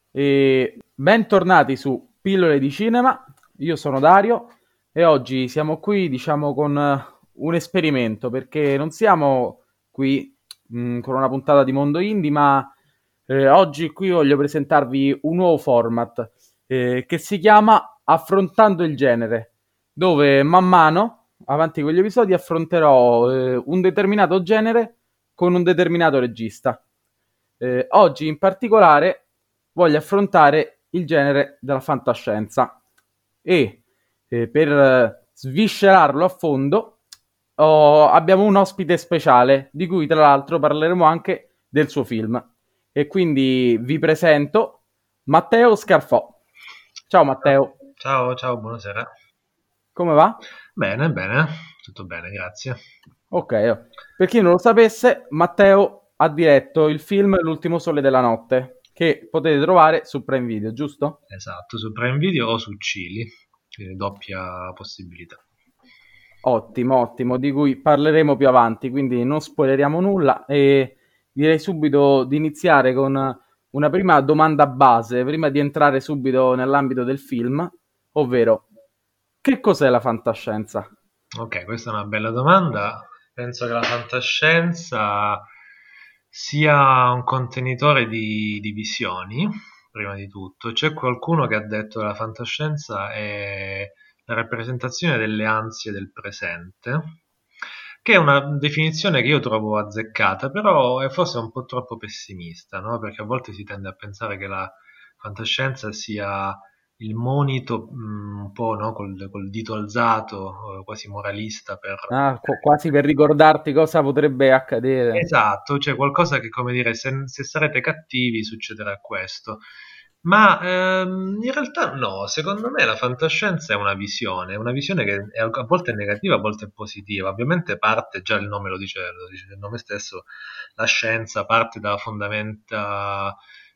E bentornati su Pillole di Cinema. Io sono Dario e oggi siamo qui, diciamo, con un esperimento perché non siamo qui con una puntata di Mondo Indie, ma oggi qui voglio presentarvi un nuovo format che si chiama Affrontando il genere, dove man mano, avanti con gli episodi, affronterò un determinato genere con un determinato regista. Oggi in particolare voglio affrontare il genere della fantascienza e per sviscerarlo a fondo abbiamo un ospite speciale di cui tra l'altro parleremo anche del suo film e quindi vi presento Matteo Scarfò. Ciao Matteo, Ciao, ciao, buonasera. come va? Bene, bene, tutto bene, grazie. Ok, per chi non lo sapesse, Matteo ha diretto il film L'ultimo sole della notte che potete trovare su Prime Video, giusto? Esatto, su Prime Video o su Cili, quindi doppia possibilità. Ottimo, ottimo, di cui parleremo più avanti, quindi non spoileriamo nulla e direi subito di iniziare con una prima domanda base, prima di entrare subito nell'ambito del film, ovvero che cos'è la fantascienza? Ok, questa è una bella domanda. Penso che la fantascienza sia un contenitore di visioni, prima di tutto. C'è qualcuno che ha detto che la fantascienza è la rappresentazione delle ansie del presente, che è una definizione che io trovo azzeccata, però è forse un po' troppo pessimista, no? Perché a volte si tende a pensare che la fantascienza sia il monito un po', no, col dito alzato, quasi moralista per... Quasi per ricordarti cosa potrebbe accadere. Esatto, cioè qualcosa che, come dire, se sarete cattivi succederà questo. Ma in realtà no, secondo me la fantascienza è una visione che a volte è negativa, a volte è positiva. Ovviamente parte, già il nome lo dice il nome stesso, la scienza parte da fondamenta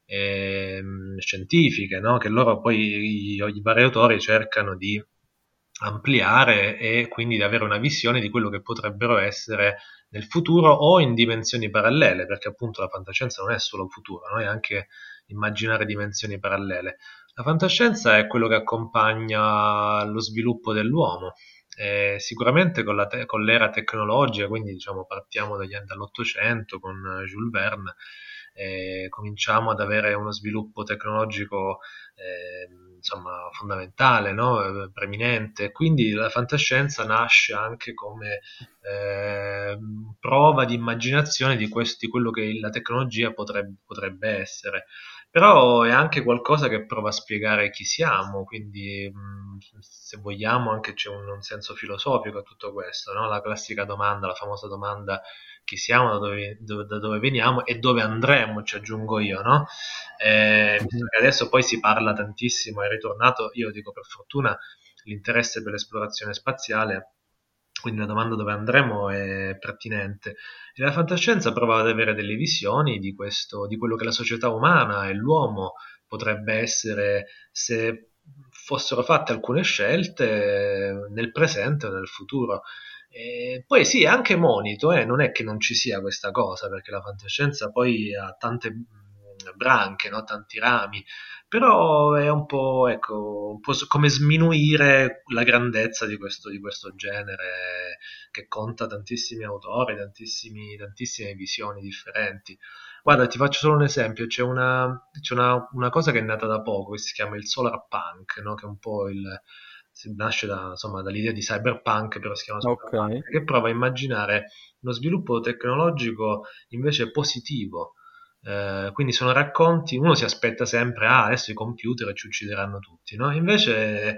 scientifiche, no? Che loro poi, i vari autori cercano di ampliare e quindi di avere una visione di quello che potrebbero essere nel futuro o in dimensioni parallele, perché appunto la fantascienza non è solo futuro, no? È anche immaginare dimensioni parallele. La fantascienza è quello che accompagna lo sviluppo dell'uomo. Sicuramente con l'era tecnologica, quindi diciamo partiamo dall'Ottocento con Jules Verne, cominciamo ad avere uno sviluppo tecnologico insomma fondamentale, no? Preminente. Quindi la fantascienza nasce anche come prova di immaginazione di quello che la tecnologia potrebbe essere. Però è anche qualcosa che prova a spiegare chi siamo, quindi se vogliamo anche c'è un senso filosofico a tutto questo, no? La classica domanda, la famosa domanda chi siamo, da dove veniamo e dove andremo, ci aggiungo io, no? Visto Mhm. che adesso poi si parla tantissimo, è ritornato, io dico per fortuna, l'interesse per l'esplorazione spaziale, quindi la domanda dove andremo è pertinente. E la fantascienza prova ad avere delle visioni di questo, di quello che la società umana e l'uomo potrebbe essere se fossero fatte alcune scelte nel presente o nel futuro. E poi sì, anche monito, non è che non ci sia questa cosa, perché la fantascienza poi ha tante branche, no? Tanti rami, però è un po', ecco, un po' come sminuire la grandezza di questo genere che conta tantissimi autori, tantissime visioni differenti. Guarda, ti faccio solo un esempio, c'è una cosa che è nata da poco, che si chiama il solar punk, no? Che è un po' nasce insomma, dall'idea di cyberpunk, però si chiama solar Ok. punk, che prova a immaginare uno sviluppo tecnologico invece positivo. Quindi sono racconti, uno si aspetta sempre, ah, adesso i computer ci uccideranno tutti, no? Invece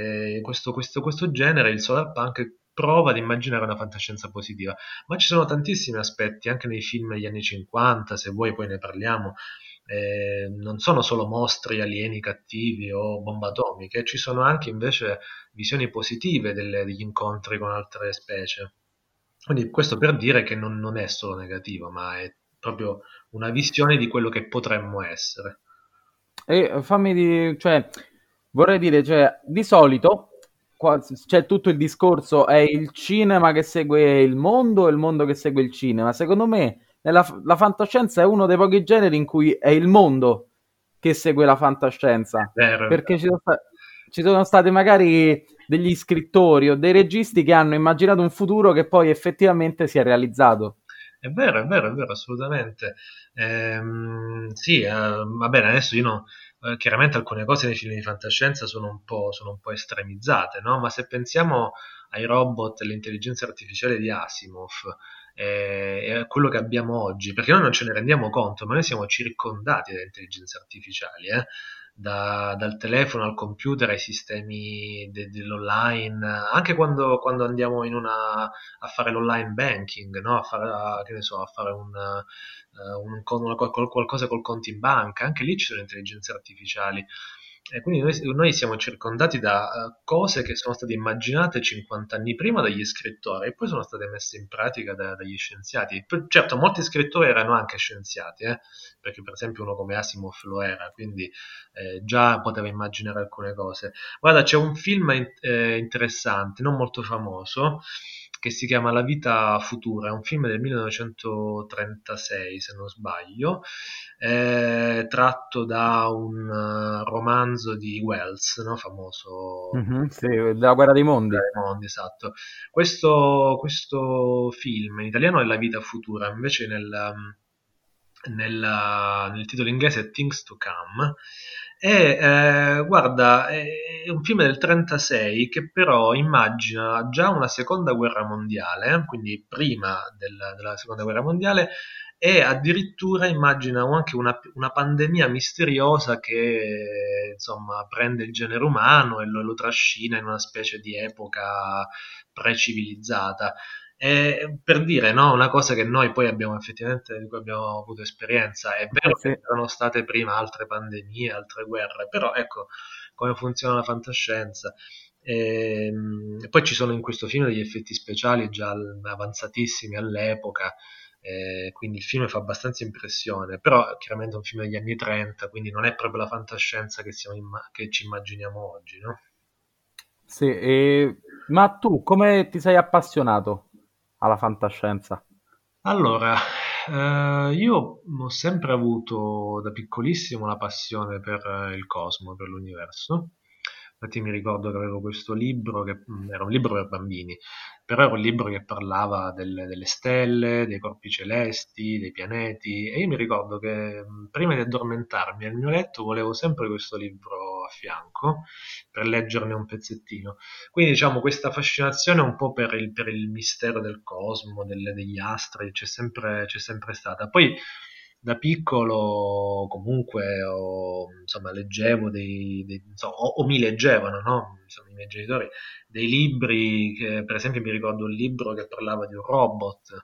questo genere, il solar punk, prova ad immaginare una fantascienza positiva, ma ci sono tantissimi aspetti, anche nei film degli anni 50, se vuoi poi ne parliamo, non sono solo mostri alieni cattivi o bombe atomiche, ci sono anche invece visioni positive degli incontri con altre specie. Quindi questo per dire che non è solo negativo, ma è proprio una visione di quello che potremmo essere. E cioè, vorrei dire, cioè, di solito c'è tutto il discorso, è il cinema che segue il mondo e il mondo che segue il cinema. Secondo me, la fantascienza è uno dei pochi generi in cui è il mondo che segue la fantascienza, vero, è perché vero. ci sono stati magari degli scrittori o dei registi che hanno immaginato un futuro che poi effettivamente si è realizzato. È vero, è vero, è vero, assolutamente. Sì, va bene, adesso io no, chiaramente alcune cose nei film di fantascienza sono un po' estremizzate, no? Ma se pensiamo ai robot e alle intelligenze artificiali di Asimov e a quello che abbiamo oggi, perché noi non ce ne rendiamo conto, ma noi siamo circondati da intelligenze artificiali, dal telefono al computer ai sistemi dell'online, anche quando andiamo a fare l'online banking, no? Che ne so, a fare qualcosa col conto in banca, anche lì ci sono intelligenze artificiali. E quindi noi siamo circondati da cose che sono state immaginate 50 anni prima dagli scrittori e poi sono state messe in pratica dagli scienziati. Certo, molti scrittori erano anche scienziati, perché per esempio uno come Asimov lo era, quindi già poteva immaginare alcune cose. Guarda, c'è un film interessante, non molto famoso, che si chiama La vita futura, è un film del 1936, se non sbaglio, tratto da un romanzo di Wells, no? Famoso Mhm, sì, della guerra dei mondi. Raimondi, esatto. Questo film in italiano è La vita futura, invece nel titolo inglese è Things to Come. E guarda, è un film del 36 che però immagina già una seconda guerra mondiale, quindi prima della seconda guerra mondiale, e addirittura immagina anche una pandemia misteriosa che insomma prende il genere umano e lo trascina in una specie di epoca precivilizzata. Per dire, no, una cosa che noi poi abbiamo effettivamente, di cui abbiamo avuto esperienza, è vero che Sì. c'erano state prima altre pandemie, altre guerre, però ecco come funziona la fantascienza. Poi ci sono in questo film degli effetti speciali già avanzatissimi all'epoca, quindi il film fa abbastanza impressione, però chiaramente è un film degli anni 30, quindi non è proprio la fantascienza che ci immaginiamo oggi, no? Sì, ma tu come ti sei appassionato alla fantascienza? Allora, io ho sempre avuto da piccolissimo la passione per il cosmo, per l'universo. Infatti mi ricordo che avevo questo libro che era un libro per bambini, però era un libro che parlava delle stelle, dei corpi celesti, dei pianeti e io mi ricordo che prima di addormentarmi al mio letto volevo sempre questo libro a fianco per leggerne un pezzettino. Quindi diciamo questa fascinazione un po' per il mistero del cosmo, degli astri, c'è sempre stata. Poi da piccolo comunque insomma, leggevo insomma, o mi leggevano, no? Insomma, i miei genitori, dei libri, che, per esempio mi ricordo un libro che parlava di un robot,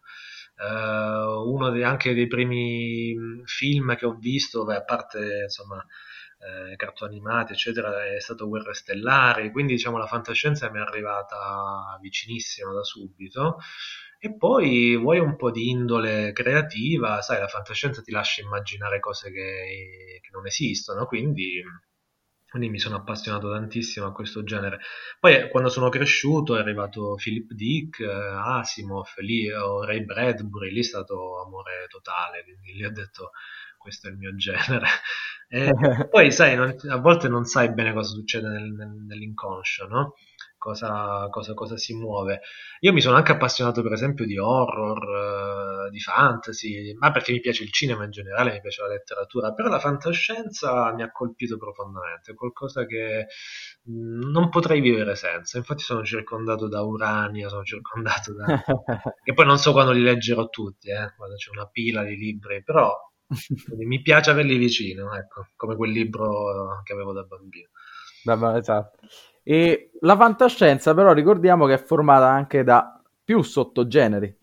uno anche dei primi film che ho visto, beh, a parte insomma cartoni animati, eccetera, è stato Guerre Stellari, quindi diciamo la fantascienza mi è arrivata vicinissima da subito. E poi vuoi un po' di indole creativa, sai, la fantascienza ti lascia immaginare cose che non esistono, quindi mi sono appassionato tantissimo a questo genere. Poi quando sono cresciuto è arrivato Philip Dick, Asimov, lì, o Ray Bradbury, lì è stato amore totale, quindi lì ho detto questo è il mio genere. Poi sai, a volte non sai bene cosa succede nell'inconscio, no? Cosa si muove. Io mi sono anche appassionato per esempio di horror, di fantasy, ma perché mi piace il cinema in generale, mi piace la letteratura, però la fantascienza mi ha colpito profondamente, è qualcosa che non potrei vivere senza. Infatti sono circondato da Urania, sono circondato da... che poi non so quando li leggerò tutti, quando c'è una pila di libri, però quindi mi piace averli vicino, ecco, come quel libro che avevo da bambino. Vabbè, esatto. E la fantascienza, però, ricordiamo che è formata anche da più sottogeneri.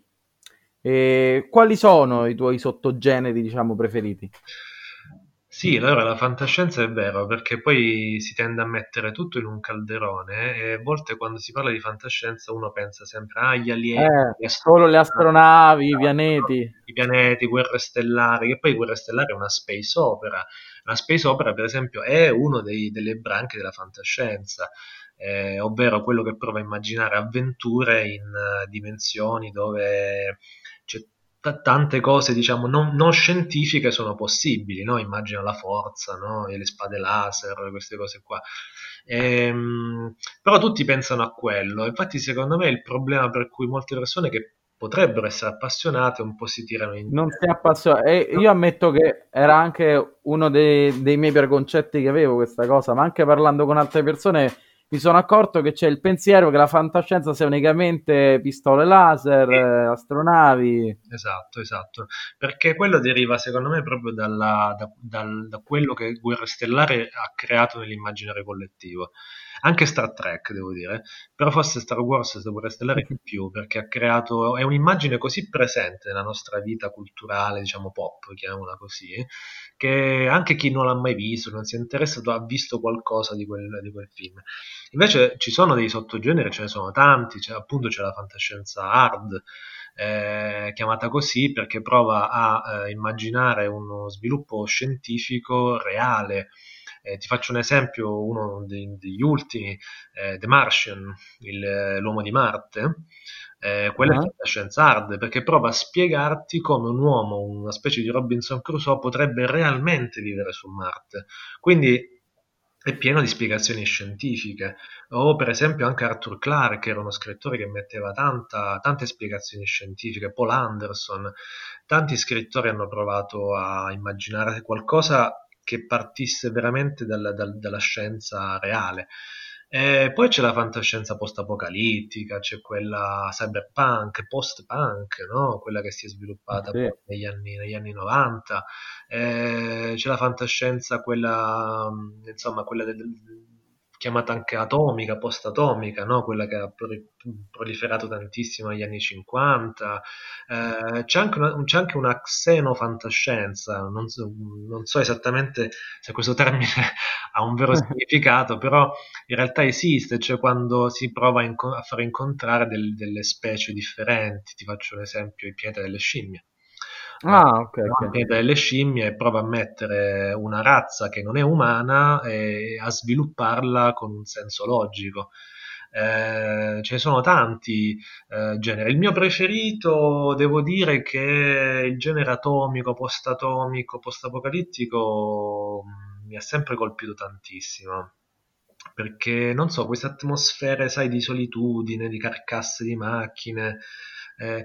E quali sono i tuoi sottogeneri, diciamo, preferiti? Sì, allora la fantascienza è vero, perché poi si tende a mettere tutto in un calderone e a volte quando si parla di fantascienza uno pensa sempre agli alieni, gli Solo le astronauti, astronavi, i esatto, pianeti. i pianeti, guerre stellari, che poi Guerre Stellari è una space opera. La space opera, per esempio, è uno delle branche della fantascienza, ovvero quello che prova a immaginare avventure in dimensioni dove c'è tante cose, diciamo, non scientifiche sono possibili, no? Immagina la forza, no? E le spade laser, queste cose qua. Però tutti pensano a quello. Infatti, secondo me, il problema per cui molte persone che potrebbero essere appassionate un po' si tirano Non si indietro. appassiona. E io ammetto che era anche uno dei miei preconcetti che avevo questa cosa, ma anche parlando con altre persone mi sono accorto che c'è il pensiero che la fantascienza sia unicamente pistole laser, Sì. astronavi. Esatto, esatto, perché quello deriva secondo me proprio da quello che Guerre Stellari ha creato nell'immaginario collettivo. Anche Star Trek, devo dire, però forse Star Wars e Guerre Stellari di più, perché ha creato, è un'immagine così presente nella nostra vita culturale, diciamola pop, chiamiamola così, che anche chi non l'ha mai visto, non si è interessato, ha visto qualcosa di quel film. Invece ci sono dei sottogeneri, ce ne sono tanti, appunto c'è la fantascienza hard, chiamata così perché prova a immaginare uno sviluppo scientifico reale. Ti faccio un esempio, uno degli ultimi, The Martian, l'uomo di Marte. Quella è Ah. fantascienza hard perché prova a spiegarti come un uomo, una specie di Robinson Crusoe, potrebbe realmente vivere su Marte. Quindi è pieno di spiegazioni scientifiche. O per esempio anche Arthur Clarke, che era uno scrittore che metteva tante spiegazioni scientifiche, Paul Anderson, tanti scrittori hanno provato a immaginare qualcosa che partisse veramente dalla scienza reale. E poi c'è la fantascienza post-apocalittica, c'è quella cyberpunk, post-punk, no? Quella che si è sviluppata Sì. poi negli anni 90. C'è la fantascienza, quella, insomma, quella chiamata anche atomica, post-atomica, no? Quella che ha proliferato tantissimo negli anni 50. C'è anche una xenofantascienza, non so esattamente se questo termine ha un vero significato, però in realtà esiste, cioè quando si prova a far incontrare delle specie differenti. Ti faccio un esempio, il pianeta delle scimmie. Ah, ok, Il ok. pianeta delle scimmie prova a mettere una razza che non è umana e a svilupparla con un senso logico. Ce ne sono tanti generi. Il mio preferito, devo dire che è il genere atomico, post-atomico, post-apocalittico, mi ha sempre colpito tantissimo. Perché non so, queste atmosfere, sai, di solitudine, di carcasse di macchine. eh,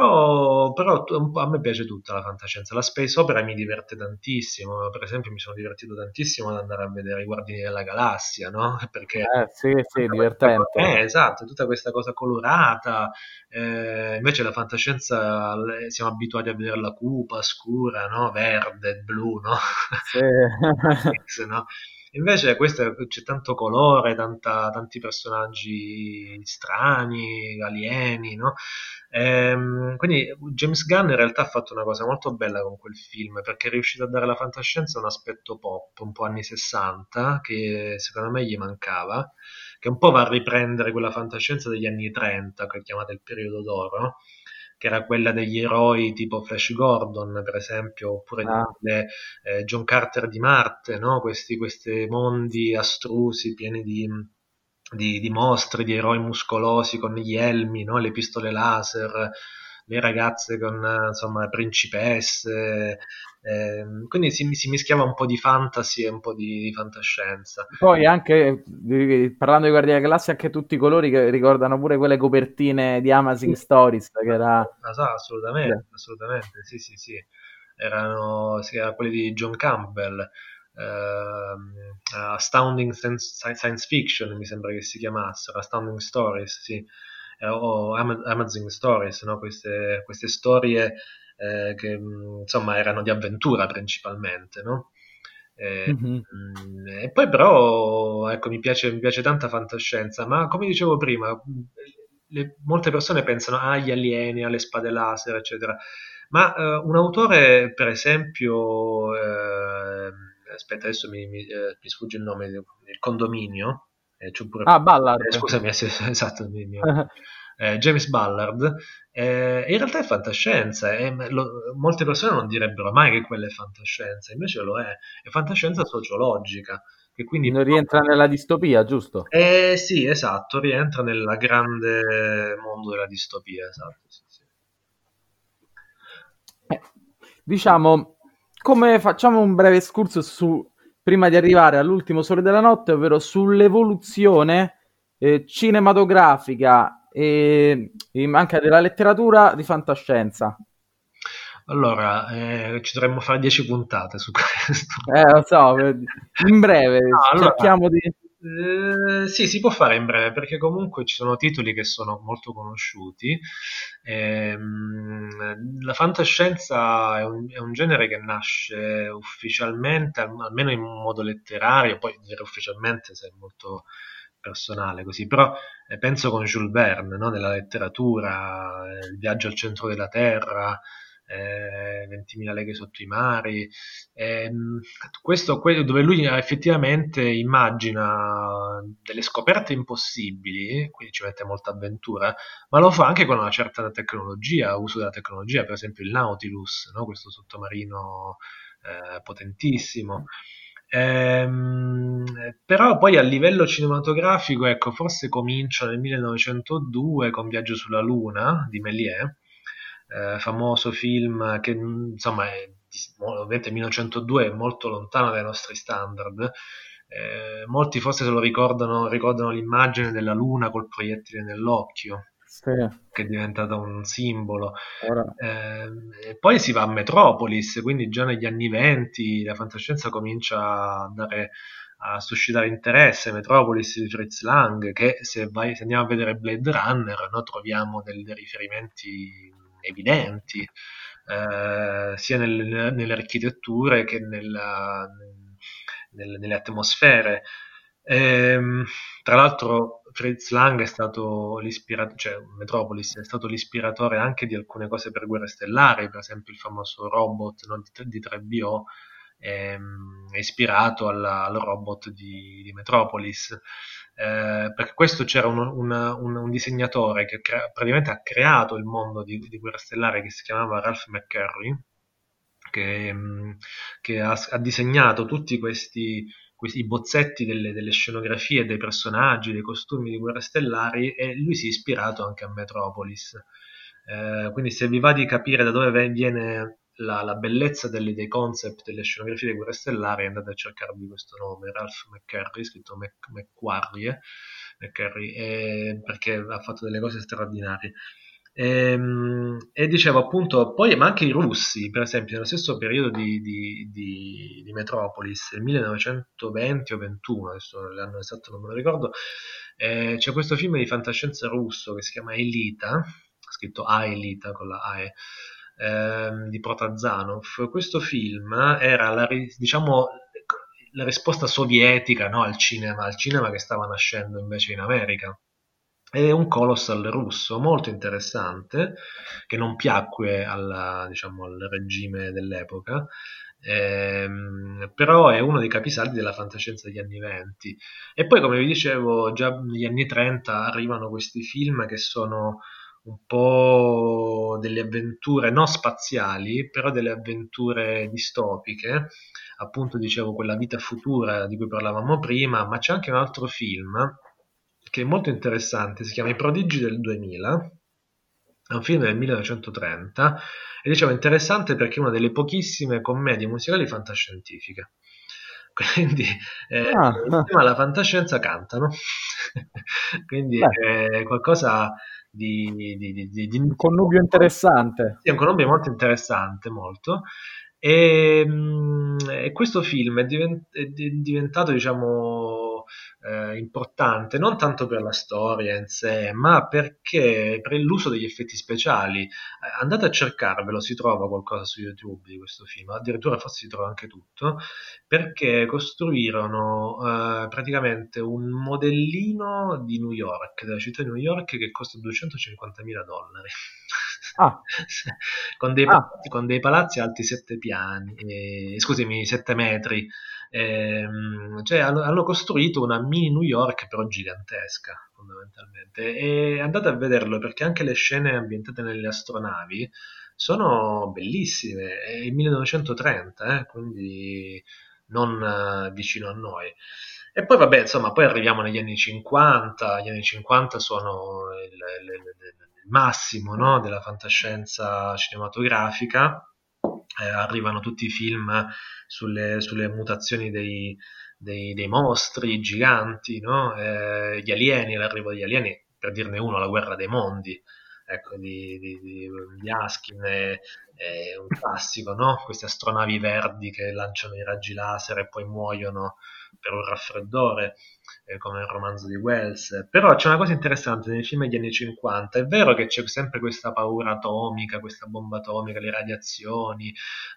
però un po' a me piace tutta la fantascienza. La space opera mi diverte tantissimo. Per esempio, mi sono divertito tantissimo ad andare a vedere i Guardiani della Galassia, no? Perché Sì, sì, divertente. esatto, tutta questa cosa colorata. Invece la fantascienza siamo abituati a vederla cupa, scura, no? Verde, blu, no? Sì. Matrix, no? Invece questa c'è tanto colore, tanti personaggi strani, alieni, no? Quindi James Gunn in realtà ha fatto una cosa molto bella con quel film perché è riuscito a dare alla fantascienza un aspetto pop, un po' anni 60, che secondo me gli mancava, che un po' va a riprendere quella fantascienza degli anni 30, che è chiamata il periodo d'oro, che era quella degli eroi tipo Flash Gordon, per esempio, oppure di Ah. John Carter di Marte, no? Questi mondi astrusi, pieni di mostri, di eroi muscolosi con gli elmi, no? Le pistole laser, le ragazze con insomma principesse. Quindi si mischiava un po' di fantasy e un po' di fantascienza. Poi anche, parlando di Guardia della Galassia, anche tutti i colori che ricordano pure quelle copertine di Sì, Amazing Stories, che era... assolutamente, assolutamente, sì, sì, sì. Sì, era quelli di John Campbell, Astounding Science Fiction, mi sembra che si chiamassero, Astounding Stories, sì, o Amazing Stories, no? Queste storie che insomma erano di avventura principalmente, no? Eh, Mhm. e poi però, ecco, mi piace tanta fantascienza, ma come dicevo prima, molte persone pensano agli alieni, alle spade laser, eccetera. Ma un autore, per esempio, aspetta, adesso mi sfugge il nome, il Condominio, c'ho pure, Ah, Ballard. scusami, esatto, James Ballard, in realtà è fantascienza, molte persone non direbbero mai che quella è fantascienza, invece lo è fantascienza sociologica, che quindi Non rientra nella distopia, giusto? sì, esatto, rientra nel grande mondo della distopia, esatto, sì, sì. Eh, diciamo, come facciamo un breve excursus prima di arrivare all'ultimo Sole della Notte, ovvero sull'evoluzione cinematografica e anche della letteratura di fantascienza. Allora, ci dovremmo fare 10 puntate su questo. Lo so, in breve, No, allora, cerchiamo di... sì, si può fare in breve perché comunque ci sono titoli che sono molto conosciuti. La fantascienza è un genere che nasce ufficialmente, almeno in modo letterario, poi dire ufficialmente se è molto personale così, però penso con Jules Verne, no? Nella letteratura, il viaggio al centro della Terra, 20.000 leghe sotto i mari. Ehm, dove lui effettivamente immagina delle scoperte impossibili, quindi ci mette molta avventura, ma lo fa anche con una certa tecnologia, uso della tecnologia, per esempio il Nautilus, no? Questo sottomarino potentissimo. Però poi a livello cinematografico, ecco, forse comincia nel 1902 con Viaggio sulla Luna di Méliès, famoso film che insomma ovviamente 1902 è molto lontano dai nostri standard. Molti forse se lo ricordano l'immagine della Luna col proiettile nell'occhio, Sì, che è diventata un simbolo. ora... E poi si va a Metropolis, quindi già negli anni 20 la fantascienza comincia a suscitare interesse. Metropolis di Fritz Lang, che se andiamo a vedere Blade Runner, no, troviamo dei riferimenti evidenti, sia nelle architetture che nelle atmosfere. Ehm, Tra l'altro Fritz Lang è stato l'ispiratore, cioè Metropolis è stato l'ispiratore anche di alcune cose per Guerre Stellari, per esempio il famoso robot, no, di 3BO è ispirato al robot di Metropolis. Perché questo c'era un disegnatore che praticamente ha creato il mondo di Guerra Stellare, che si chiamava Ralph McQuarrie, che, che ha disegnato tutti questi bozzetti delle scenografie, dei personaggi, dei costumi di Guerre Stellari, e lui si è ispirato anche a Metropolis. Quindi se vi va di capire da dove viene la bellezza dei concept delle scenografie di Guerre Stellari, andate a cercarvi questo nome, Ralph McQuarrie, scritto McQuarrie, perché ha fatto delle cose straordinarie. E dicevo appunto, poi ma anche i russi, per esempio, nello stesso periodo di Metropolis, il 1920 o 21, adesso l'anno esatto non me lo ricordo, c'è questo film di fantascienza russo che si chiama Elita, scritto Aelita con la AE, di Protazanov. Questo film era diciamo, la risposta sovietica, no, al cinema che stava nascendo invece in America. È un colossal russo molto interessante, che non piacque diciamo, al regime dell'epoca, però è uno dei capisaldi della fantascienza degli anni venti. E poi, come vi dicevo, già negli anni 30 arrivano questi film che sono un po' delle avventure non spaziali, però delle avventure distopiche. Appunto, dicevo, quella vita futura di cui parlavamo prima, ma c'è anche un altro film che è molto interessante, si chiama I prodigi del 2000, è un film del 1930 e diciamo interessante perché è una delle pochissime commedie musicali fantascientifiche. Quindi Ah, insieme alla fantascienza cantano, quindi beh, è qualcosa di un connubio interessante. sì, è un colloquio molto interessante, molto. E questo film è diventato, diciamo, importante non tanto per la storia in sé, ma perché per l'uso degli effetti speciali. Andate a cercarvelo, si trova qualcosa su YouTube di questo film, addirittura forse si trova anche tutto, perché costruirono praticamente un modellino di New York, della città di New York, che costa $250.000. Ah, ah, Con dei palazzi alti 7 piani, scusami, 7 metri. Cioè hanno costruito una mini New York però gigantesca, fondamentalmente. E andate a vederlo perché anche le scene ambientate nelle astronavi sono bellissime. È il 1930, quindi non vicino a noi. E poi vabbè, insomma, poi arriviamo negli anni 50, gli anni 50 sono il massimo, no, della fantascienza cinematografica, arrivano tutti i film sulle mutazioni dei mostri giganti, no? Gli alieni, l'arrivo degli alieni, per dirne uno, la guerra dei mondi, ecco, di Askin è un classico, no? Queste astronavi verdi che lanciano i raggi laser e poi muoiono per un raffreddore, come nel romanzo di Wells. Però c'è una cosa interessante nei film degli anni 50, è vero che c'è sempre questa paura atomica, questa bomba atomica, le radiazioni,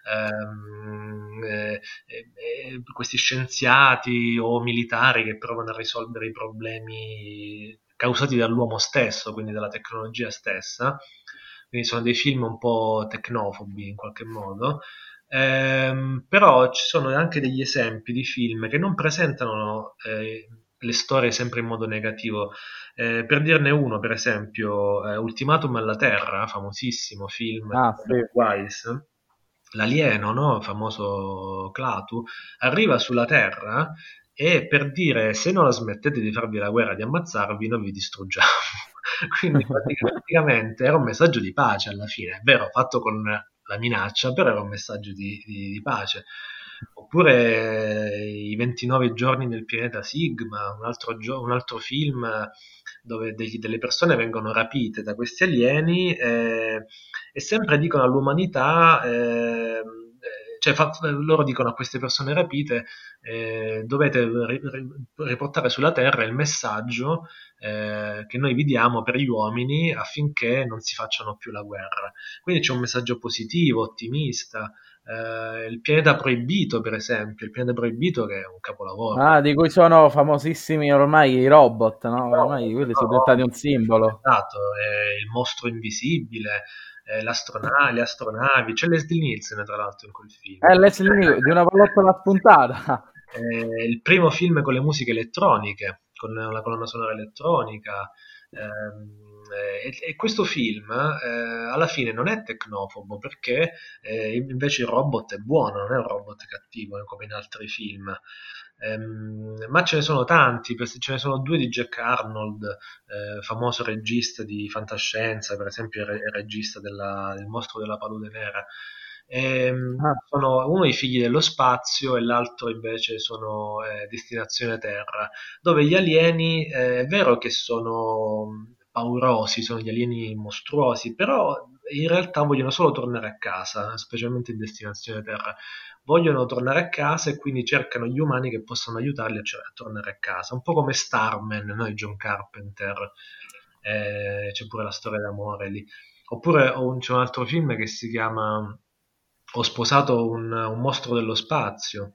questi scienziati o militari che provano a risolvere i problemi causati dall'uomo stesso, quindi dalla tecnologia stessa. Quindi sono dei film un po' tecnofobi in qualche modo. Però ci sono anche degli esempi di film che non presentano le storie sempre in modo negativo. Per dirne uno, per esempio, Ultimatum alla Terra, famosissimo film di Ah, sì. Robert Wise, l'alieno, no? Il famoso Clatu, arriva sulla Terra e per dire se non la smettete di farvi la guerra, di ammazzarvi, noi vi distruggiamo. Quindi praticamente era un messaggio di pace alla fine, è vero, fatto con la minaccia, però era un messaggio di pace. Oppure i 29 giorni del pianeta Sigma, un altro film dove delle persone vengono rapite da questi alieni e sempre dicono all'umanità, cioè loro dicono a queste persone rapite, dovete riportare sulla Terra il messaggio che noi vi diamo per gli uomini affinché non si facciano più la guerra. Quindi c'è un messaggio positivo, ottimista. Il pianeta proibito, per esempio, il pianeta proibito che è un capolavoro. Ah, di cui sono famosissimi ormai i robot, no? Ormai quelli sono diventati un simbolo. Esatto, il mostro invisibile, le astronavi, c'è Leslie Nielsen tra l'altro in quel film. Leslie Nielsen, di una pallottola spuntata. Il primo film con le musiche elettroniche, con la colonna sonora elettronica. E questo film alla fine non è tecnofobo perché invece il robot è buono, non è un robot cattivo come in altri film. Ma ce ne sono tanti, ce ne sono due di Jack Arnold, famoso regista di fantascienza, per esempio il regista del Mostro della Palude Nera. Ah, Sono uno i figli dello spazio e l'altro invece sono Destinazione Terra, dove gli alieni è vero che sono paurosi, sono gli alieni mostruosi, però in realtà vogliono solo tornare a casa, specialmente in Destinazione Terra. Vogliono tornare a casa e quindi cercano gli umani che possano aiutarli a tornare a casa, un po' come Starman, no? Di John Carpenter. C'è pure la storia d'amore lì. Oppure c'è un altro film che si chiama Ho sposato un mostro dello spazio.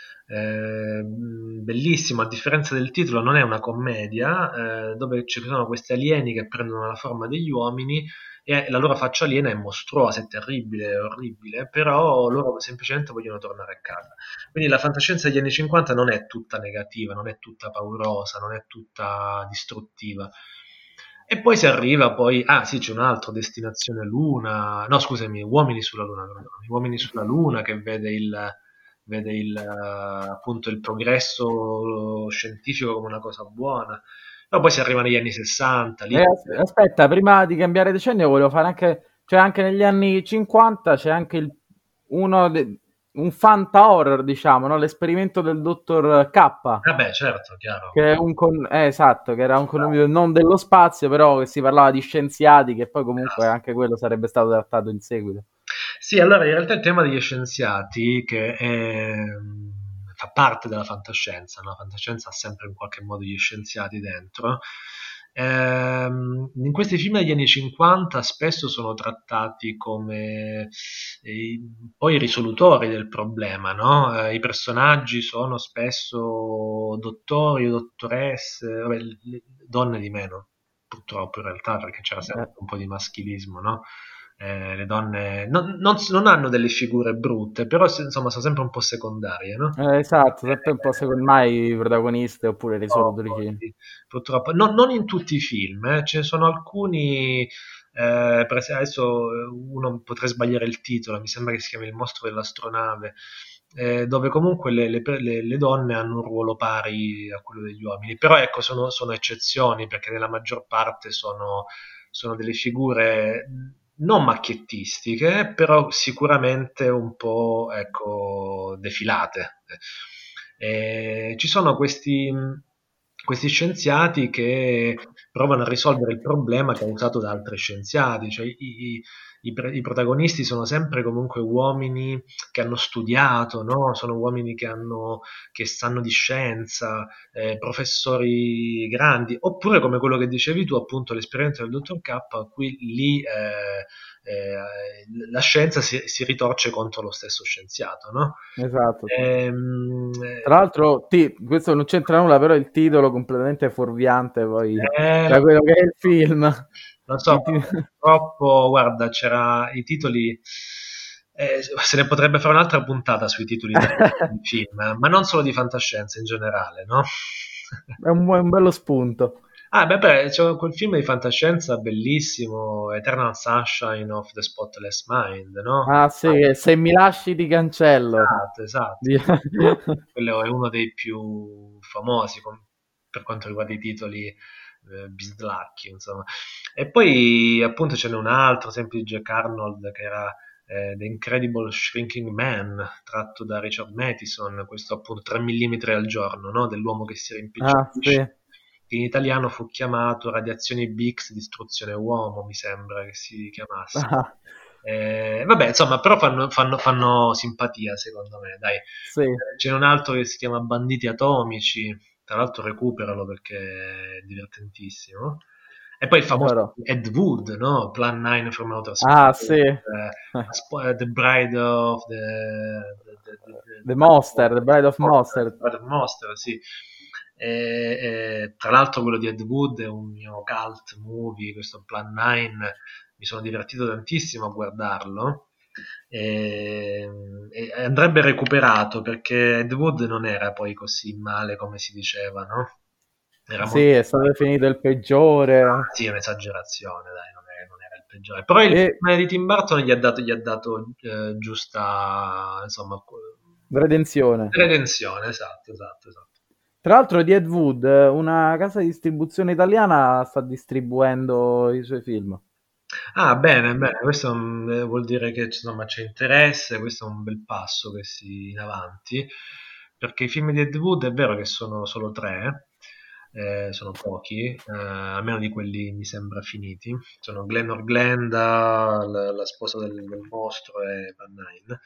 Bellissimo, a differenza del titolo, non è una commedia dove ci sono questi alieni che prendono la forma degli uomini e la loro faccia aliena è mostruosa, è terribile, è orribile, però loro semplicemente vogliono tornare a casa. Quindi la fantascienza degli anni 50 non è tutta negativa, non è tutta paurosa, non è tutta distruttiva. E poi si arriva poi, ah sì, c'è un altro, Destinazione Luna, no scusami, Uomini sulla Luna, perdonami, Uomini sulla Luna che appunto il progresso scientifico come una cosa buona. Però poi si arriva negli anni 60, lì aspetta, prima di cambiare decennio volevo fare anche, cioè anche negli anni 50 c'è anche un fanta horror, diciamo, no? L'esperimento del dottor K, vabbè, certo, chiaro. che è esatto, che era un connubio non dello spazio, però che si parlava di scienziati, che poi comunque anche quello sarebbe stato trattato in seguito. Sì, allora in realtà il tema degli scienziati, fa parte della fantascienza, no? La fantascienza ha sempre in qualche modo gli scienziati dentro. In questi film degli anni 50 spesso sono trattati come poi i risolutori del problema, no? I personaggi sono spesso dottori o dottoresse, vabbè, donne di meno, purtroppo in realtà, perché c'era Eh, sempre un po' di maschilismo, no? Le donne non hanno delle figure brutte, però insomma sono sempre un po' secondarie, no? esatto, sempre un po' secondo me i protagonisti oppure i Purtroppo, risolutori. sì, purtroppo. Non in tutti i film, ce ne sono alcuni, per esempio adesso uno potrei sbagliare il titolo, mi sembra che si chiami Il mostro dell'astronave, dove comunque le donne hanno un ruolo pari a quello degli uomini, però ecco sono eccezioni perché nella maggior parte sono delle figure non macchiettistiche, però sicuramente un po', ecco, defilate. Ci sono questi scienziati che provano a risolvere il problema causato da altri scienziati, cioè i protagonisti sono sempre comunque uomini che hanno studiato, no? Sono uomini che sanno di scienza, professori grandi, oppure come quello che dicevi tu, appunto l'esperienza del dottor K, a cui lì la scienza si ritorce contro lo stesso scienziato, no? Esatto. Ehm, Tra l'altro, questo non c'entra nulla, però il titolo completamente fuorviante poi da eh, quello che è il film. Lo so, Il ti- purtroppo, guarda, c'era i titoli, se ne potrebbe fare un'altra puntata sui titoli di film, ma non solo di fantascienza in generale, no? È un bello spunto. Ah, beh, c'è quel film di fantascienza bellissimo, Eternal Sunshine of the Spotless Mind, no? Ah sì, se mi lasci ti cancello. Esatto, esatto. Di- Quello è uno dei più famosi per quanto riguarda i titoli bislacchi, insomma. E poi appunto ce n'è un altro, sempre di Jack Arnold, che era The Incredible Shrinking Man, tratto da Richard Matheson, questo appunto 3 mm al giorno, no? Dell'uomo che si Ah rimpicciolисce, sì. che in italiano fu chiamato Radiazioni Bix, Distruzione Uomo, mi sembra che si chiamasse. Ah, Vabbè, insomma, però fanno simpatia, secondo me, dai. sì, C'è un altro che si chiama Banditi Atomici, tra l'altro recuperalo perché è divertentissimo. E poi il lo famoso farò. Ed Wood, no? Plan 9 from Outer Ah Space, sì. The Bride of The Monster, The Bride of Monster. Bride of Monster, sì. Tra l'altro quello di Ed Wood è un mio cult movie, questo Plan 9, mi sono divertito tantissimo a guardarlo e, e andrebbe recuperato perché Ed Wood non era poi così male come si diceva, no? Era Sì, molto... è stato definito il peggiore. Sì, è un'esagerazione, dai, non era il peggiore. Però il E film di Tim Burton gli ha dato giusta, insomma, Redenzione. redenzione, esatto, esatto, esatto. Tra l'altro di Ed Wood, una casa di distribuzione italiana sta distribuendo i suoi film. Ah, bene, bene, questo vuol dire che insomma, c'è interesse, questo è un bel passo che si in avanti, perché i film di Ed Wood è vero che sono solo tre, sono pochi, almeno di quelli mi sembra finiti, sono Glenn Glenda, la sposa del mostro e Van Dyne.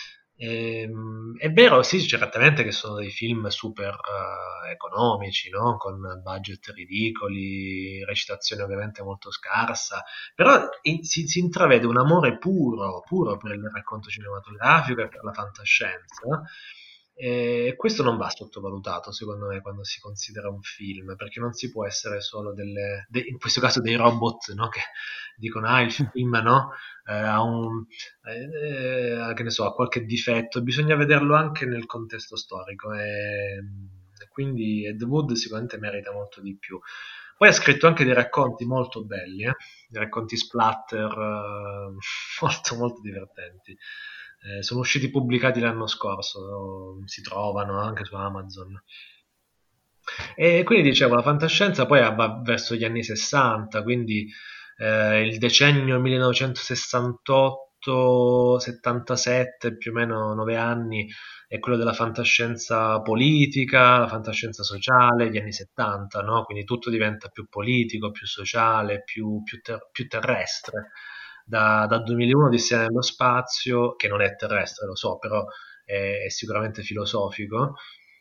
È vero, sì, certamente che sono dei film super economici, no? Con budget ridicoli, recitazione ovviamente molto scarsa, però si intravede un amore puro, puro per il racconto cinematografico e per la fantascienza. E questo non va sottovalutato, secondo me, quando si considera un film, perché non si può essere solo in questo caso dei robot, no? Che dicono, ah, il film, no? Ha che ne so, ha qualche difetto, bisogna vederlo anche nel contesto storico. E quindi Ed Wood sicuramente merita molto di più. Poi ha scritto anche dei racconti molto belli, dei racconti splatter molto molto divertenti. Sono usciti pubblicati l'anno scorso, si trovano anche su Amazon. E quindi dicevo, la fantascienza poi va verso gli anni 60, quindi il decennio 1968-77, più o meno 9 anni, è quello della fantascienza politica, la fantascienza sociale, gli anni 70, no? Quindi tutto diventa più politico, più sociale, più terrestre. Da 2001 Odissea nello spazio, che non è terrestre, lo so, però è sicuramente filosofico,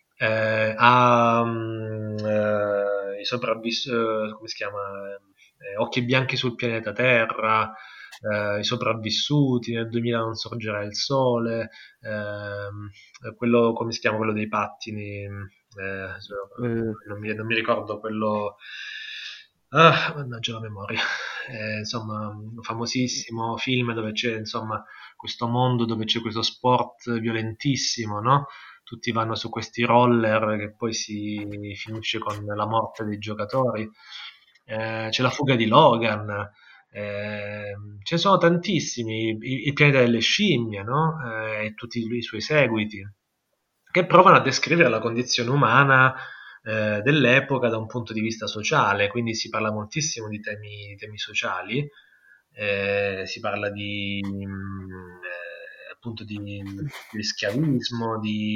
i sopravvissuti, come si chiama? Occhi bianchi sul pianeta Terra, i sopravvissuti, nel 2000 non sorgerà il sole, quello, come si chiama, quello dei pattini, Eh, non mi ricordo quello. Ah, mannaggia la memoria. Insomma, un famosissimo film dove c'è, insomma, questo mondo dove c'è questo sport violentissimo, no? Tutti vanno su questi roller che poi si finisce con la morte dei giocatori. C'è la fuga di Logan, ce ne sono tantissimi, il pianeta delle scimmie, no? E tutti i suoi seguiti, che provano a descrivere la condizione umana dell'epoca da un punto di vista sociale, quindi si parla moltissimo di temi sociali, Si parla appunto di schiavismo,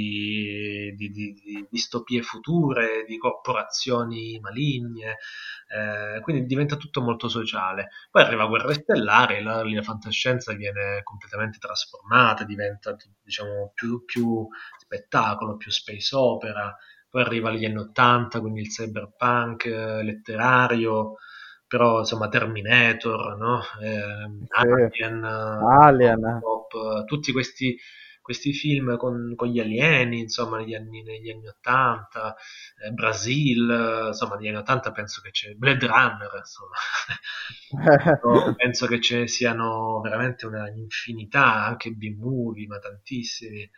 di distopie future, di corporazioni maligne, quindi diventa tutto molto sociale. Poi arriva Guerre Stellari, là lì la fantascienza viene completamente trasformata, diventa diciamo più spettacolo, più space opera. Poi arriva gli anni 80, quindi il cyberpunk letterario, però insomma Terminator, no? Sì. Alien, Alien. Robocop, tutti questi film con gli alieni, insomma, negli anni 80, Brasil, insomma, negli anni 80 penso che c'è Blade Runner, insomma. Penso che ce ne siano veramente una infinità, anche B-movie, ma tantissimi.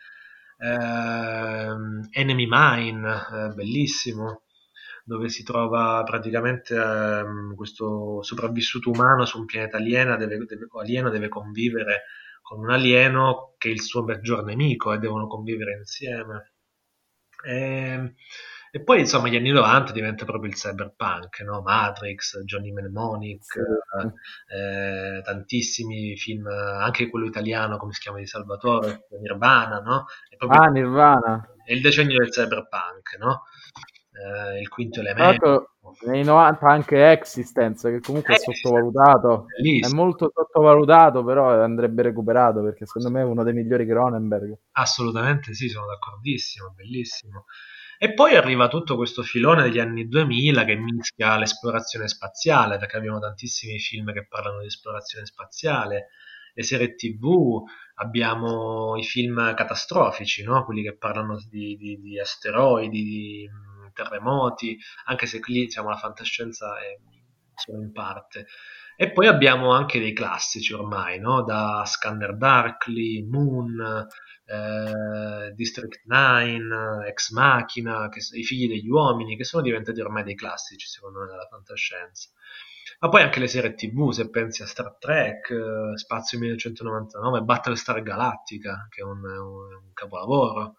Enemy Mine, bellissimo, dove si trova praticamente questo sopravvissuto umano su un pianeta alieno, deve convivere con un alieno che è il suo maggior nemico e devono convivere insieme. E, e poi insomma gli anni 90 diventa proprio il cyberpunk, no? Matrix, Johnny Mnemonic, Sì, sì. tantissimi film, anche quello italiano, come si chiama, di Salvatore, Nirvana, no? È proprio Ah, Nirvana. è il decennio del cyberpunk, no? Il quinto Tra elemento. l'altro nei 90 anche Existence, che comunque è Existence, sottovalutato. È bellissimo. molto sottovalutato, però andrebbe recuperato perché secondo me è uno dei migliori Cronenberg. Assolutamente sì, sono d'accordissimo, bellissimo. E poi arriva tutto questo filone degli anni 2000 che mischia l'esplorazione spaziale, perché abbiamo tantissimi film che parlano di esplorazione spaziale, le serie TV, abbiamo i film catastrofici, no? Quelli che parlano di asteroidi, di terremoti, anche se qui diciamo, la fantascienza è solo in parte. E poi abbiamo anche dei classici ormai, no? Da Scanner Darkly, Moon, District 9, Ex Machina, I figli degli uomini, che sono diventati ormai dei classici, secondo me, della fantascienza. Ma poi anche le serie TV, se pensi a Star Trek, Spazio 1999, Battlestar Galactica, che è un capolavoro.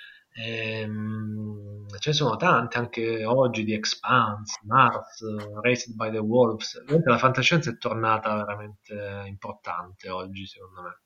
Ce ne sono tante anche oggi di Expanse, Mars, Raised by the Wolves. Veramente la fantascienza è tornata veramente importante oggi, secondo me.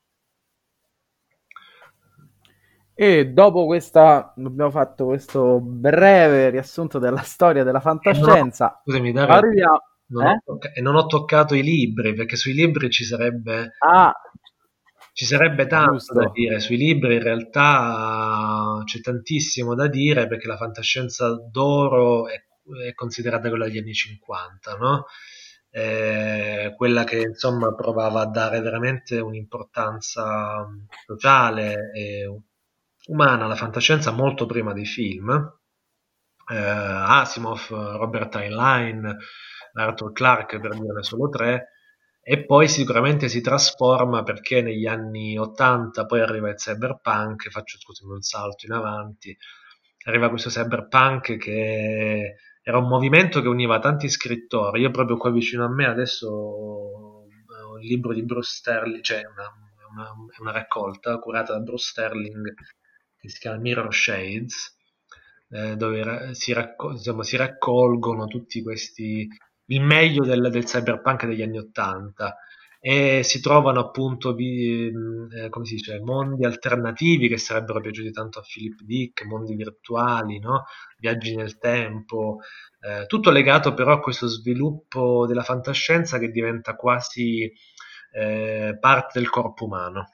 E dopo questa, abbiamo fatto questo breve riassunto della storia della E non ho, fantascienza. scusami Dario, Arriviamo. Eh? e non ho toccato i libri, perché sui libri Ah, ci sarebbe tanto da giusto. dire. Sui libri in realtà c'è tantissimo da dire, perché la fantascienza d'oro è considerata quella degli anni 50, no? Quella che insomma provava a dare veramente un'importanza sociale e umana alla fantascienza molto prima dei film. Asimov, Robert Heinlein, Arthur Clarke per dirne solo tre, e poi sicuramente si trasforma perché negli anni 80 poi arriva il cyberpunk, faccio scusami un salto in avanti, arriva questo cyberpunk che era un movimento che univa tanti scrittori, io proprio qua vicino a me adesso ho un libro di Bruce Sterling, cioè è una raccolta curata da Bruce Sterling che si chiama Mirror Shades, dove insomma, si raccolgono tutti questi, il meglio del cyberpunk degli anni 80 e si trovano appunto come si dice, mondi alternativi che sarebbero piaciuti tanto a Philip Dick, mondi virtuali, no? Viaggi nel tempo, tutto legato però a questo sviluppo della fantascienza che diventa quasi parte del corpo umano.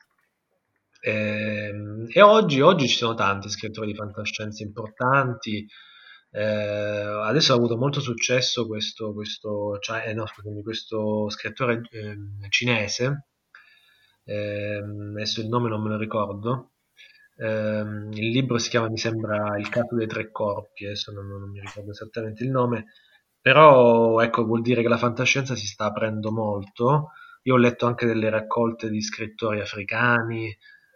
E oggi ci sono tanti scrittori di fantascienza importanti. Adesso ha avuto molto successo no, scusami, questo scrittore cinese, adesso il nome non me lo ricordo. Il libro si chiama, mi sembra, Il caso dei tre corpi, adesso non mi ricordo esattamente il nome, però ecco, vuol dire che la fantascienza si sta aprendo molto. Io ho letto anche delle raccolte di scrittori africani,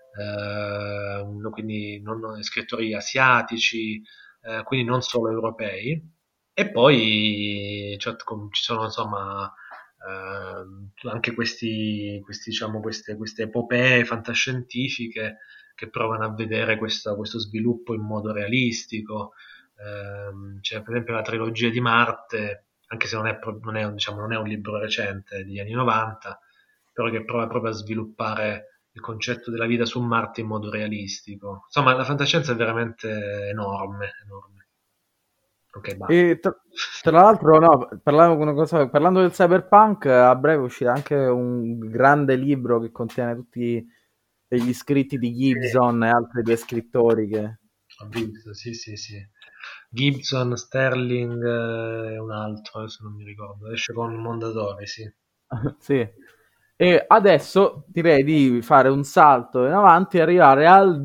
quindi scrittori asiatici, quindi non solo europei. E poi cioè, ci sono insomma anche diciamo, queste epopee fantascientifiche che provano a vedere questo sviluppo in modo realistico. C'è per esempio la trilogia di Marte, anche se non è, diciamo, non è un libro recente, degli anni 90, però che prova proprio a sviluppare il concetto della vita su Marte in modo realistico. Insomma, la fantascienza è veramente enorme, enorme. Ok, basta. E tra l'altro, no, parlando del cyberpunk, a breve uscirà anche un grande libro che contiene tutti gli scritti di Sì, Gibson e altri due scrittori che... ho visto, sì, sì, sì. Gibson, Sterling e un altro, adesso non mi ricordo. Esce con Mondadori, sì. Sì. E adesso direi di fare un salto in avanti e arrivare al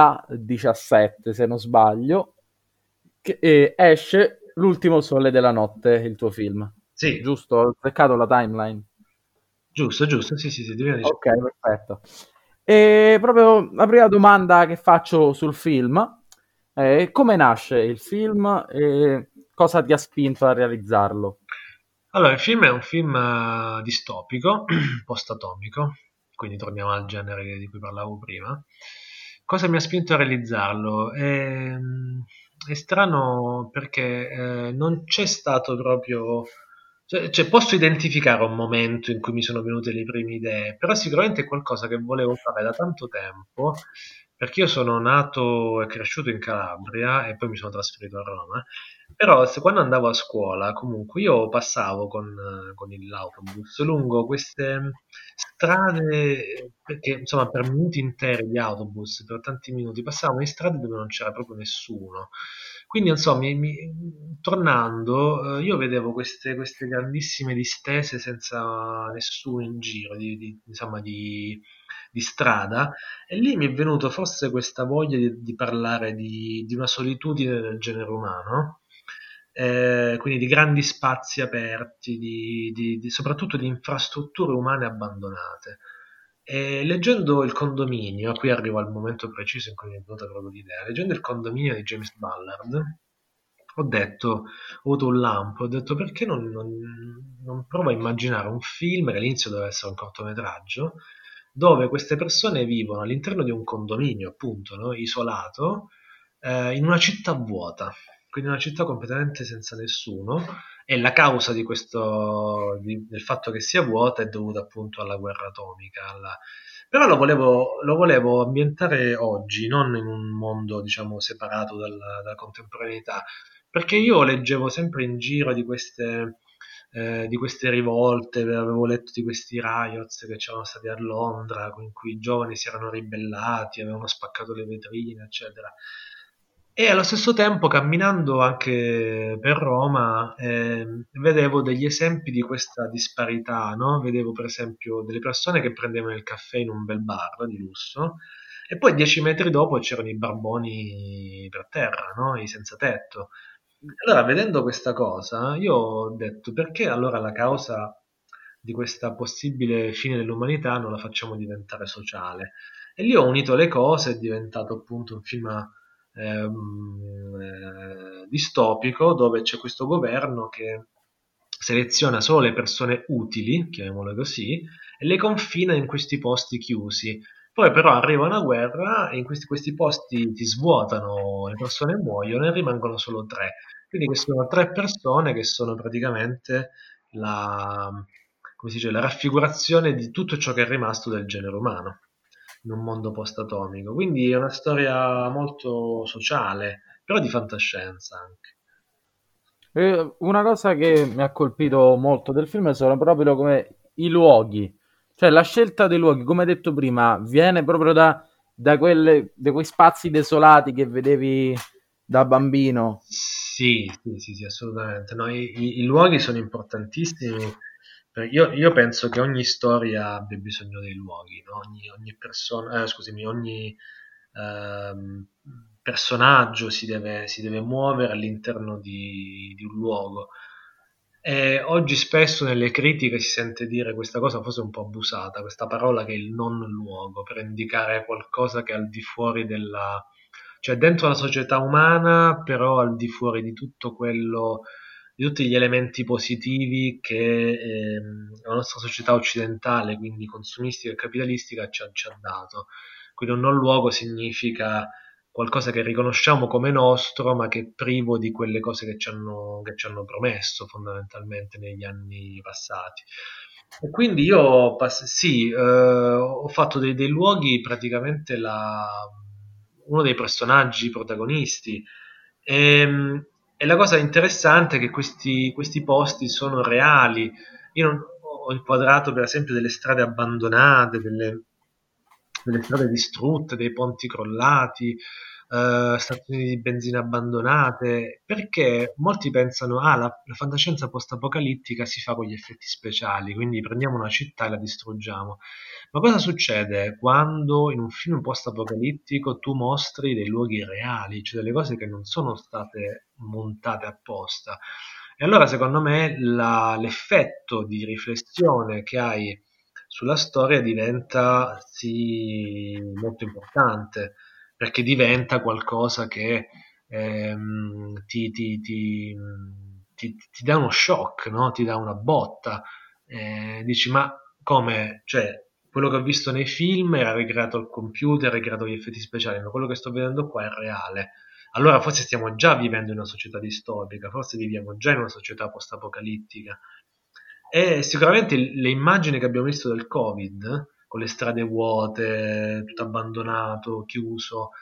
2017, se non sbaglio, che esce L'ultimo sole della notte, il tuo film. Sì, Giusto? Ho peccato la timeline. giusto, giusto, sì, sì, sì, 2019. Ok, perfetto. E proprio la prima domanda che faccio sul film è come nasce il film e cosa ti ha spinto a realizzarlo? Allora, il film è un film distopico, post-atomico, quindi torniamo al genere di cui parlavo prima. Cosa mi ha spinto a realizzarlo? È strano perché non c'è stato proprio... Cioè, posso identificare un momento in cui mi sono venute le prime idee, però sicuramente è qualcosa che volevo fare da tanto tempo, perché io sono nato e cresciuto in Calabria e poi mi sono trasferito a Roma. Però quando andavo a scuola, comunque io passavo con l'autobus lungo queste strade, perché insomma per minuti interi di autobus, per tanti minuti, passavamo in strade dove non c'era proprio nessuno. Quindi insomma, tornando, io vedevo queste grandissime distese senza nessuno in giro, insomma, di strada, e lì mi è venuto forse questa voglia di parlare di una solitudine del genere umano, quindi di grandi spazi aperti, soprattutto di infrastrutture umane abbandonate. E leggendo Il condominio, qui arrivo al momento preciso in cui mi è venuta proprio l'idea, leggendo Il condominio di James Ballard, ho avuto un lampo, ho detto perché non provo a immaginare un film, che all'inizio doveva essere un cortometraggio, dove queste persone vivono all'interno di un condominio, appunto, no? Isolato, in una città vuota, quindi una città completamente senza nessuno, e la causa del fatto che sia vuota è dovuta appunto alla guerra atomica. Però lo volevo ambientare oggi, non in un mondo, diciamo, separato dalla contemporaneità, perché io leggevo sempre in giro di queste rivolte, avevo letto di questi riots che c'erano stati a Londra, in cui i giovani si erano ribellati, avevano spaccato le vetrine, eccetera. E allo stesso tempo, camminando anche per Roma, vedevo degli esempi di questa disparità, no? Vedevo per esempio delle persone che prendevano il caffè in un bel bar di lusso e poi 10 metri dopo c'erano i barboni per terra, no? I senza tetto. Allora, vedendo questa cosa, io ho detto perché allora la causa di questa possibile fine dell'umanità non la facciamo diventare sociale? E lì ho unito le cose, è diventato appunto un film distopico dove c'è questo governo che seleziona solo le persone utili, chiamiamole così, e le confina in questi posti chiusi. Poi però arriva una guerra e in questi posti si svuotano, le persone muoiono e rimangono solo tre. Quindi queste sono tre persone che sono praticamente la, come si dice, la raffigurazione di tutto ciò che è rimasto del genere umano in un mondo post-atomico. Quindi è una storia molto sociale, però di fantascienza anche. Una cosa che mi ha colpito molto del film sono proprio come i luoghi, cioè la scelta dei luoghi, come hai detto prima, viene proprio da quei spazi desolati che vedevi da bambino. Sì, sì, sì, sì, assolutamente. No, i luoghi sono importantissimi. Io penso che ogni storia abbia bisogno dei luoghi, no? Ogni persona, scusami, ogni ehm, personaggio si deve muovere all'interno di un luogo. E oggi spesso nelle critiche si sente dire questa cosa forse un po' abusata, questa parola che è il non luogo, per indicare qualcosa che è al di fuori cioè dentro la società umana, però al di fuori di tutto quello, di tutti gli elementi positivi che la nostra società occidentale, quindi consumistica e capitalistica, ci ha dato. Quindi un non luogo significa qualcosa che riconosciamo come nostro, ma che è privo di quelle cose che ci hanno promesso fondamentalmente negli anni passati. E quindi io sì, ho fatto dei luoghi praticamente uno dei personaggi protagonisti. E la cosa interessante è che questi posti sono reali. Io ho inquadrato per esempio delle strade abbandonate, delle strade distrutte, dei ponti crollati, stazioni di benzina abbandonate, perché molti pensano, ah, la fantascienza post-apocalittica si fa con gli effetti speciali, quindi prendiamo una città e la distruggiamo. Ma cosa succede quando in un film post-apocalittico tu mostri dei luoghi reali, cioè delle cose che non sono state montate apposta? E allora secondo me l'effetto di riflessione che hai sulla storia diventa sì molto importante, perché diventa qualcosa che ti dà uno shock, no? Ti dà una botta. Dici, ma come? Cioè, quello che ho visto nei film era ricreato al computer, ricreato gli effetti speciali, ma quello che sto vedendo qua è reale. Allora forse stiamo già vivendo in una società distopica, forse viviamo già in una società post-apocalittica. E sicuramente le immagini che abbiamo visto del Covid, con le strade vuote, tutto abbandonato, chiuso,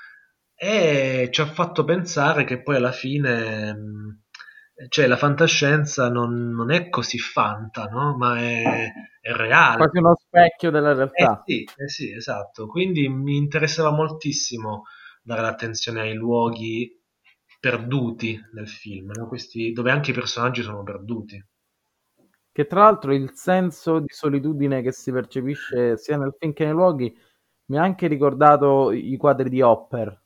e ci ha fatto pensare che poi alla fine, cioè la fantascienza non è così fanta, no? Ma è reale. Quasi uno specchio della realtà. Sì, esatto. Quindi mi interessava moltissimo dare l'attenzione ai luoghi perduti nel film, no? Questi, dove anche i personaggi sono perduti. Che tra l'altro il senso di solitudine che si percepisce sia nel film che nei luoghi mi ha anche ricordato i quadri di Hopper.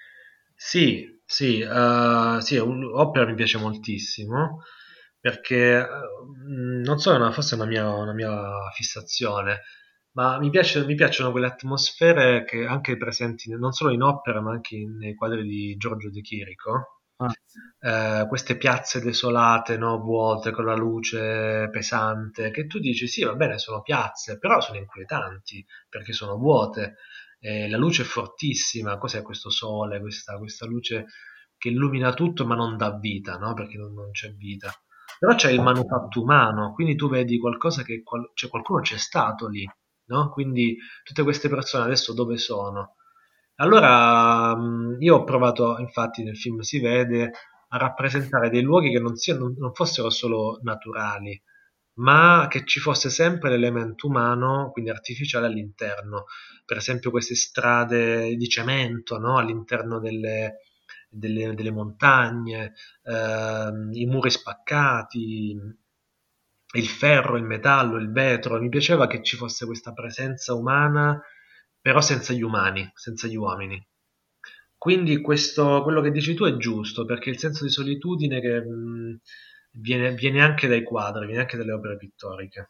Sì, sì, sì, opera mi piace moltissimo perché non so, forse è una mia fissazione, ma mi piacciono quelle atmosfere che anche presenti non solo in opera ma anche nei quadri di Giorgio De Chirico. Ah, Queste piazze desolate, no, vuote, con la luce pesante, che tu dici sì, va bene, sono piazze, però sono inquietanti perché sono vuote, la luce è fortissima, cos'è questo sole, questa luce che illumina tutto ma non dà vita, no? Perché non c'è vita. Però c'è il manufatto umano, quindi tu vedi qualcosa che cioè qualcuno c'è stato lì, no? Quindi tutte queste persone adesso dove sono? Allora, io ho provato, infatti nel film si vede, a rappresentare dei luoghi che non fossero solo naturali, ma che ci fosse sempre l'elemento umano, quindi artificiale all'interno. Per esempio queste strade di cemento, no? All'interno delle montagne, i muri spaccati, il ferro, il metallo, il vetro. Mi piaceva che ci fosse questa presenza umana, però senza gli umani, senza gli uomini. Quindi quello che dici tu è giusto, perché il senso di solitudine che viene anche dai quadri, viene anche dalle opere pittoriche.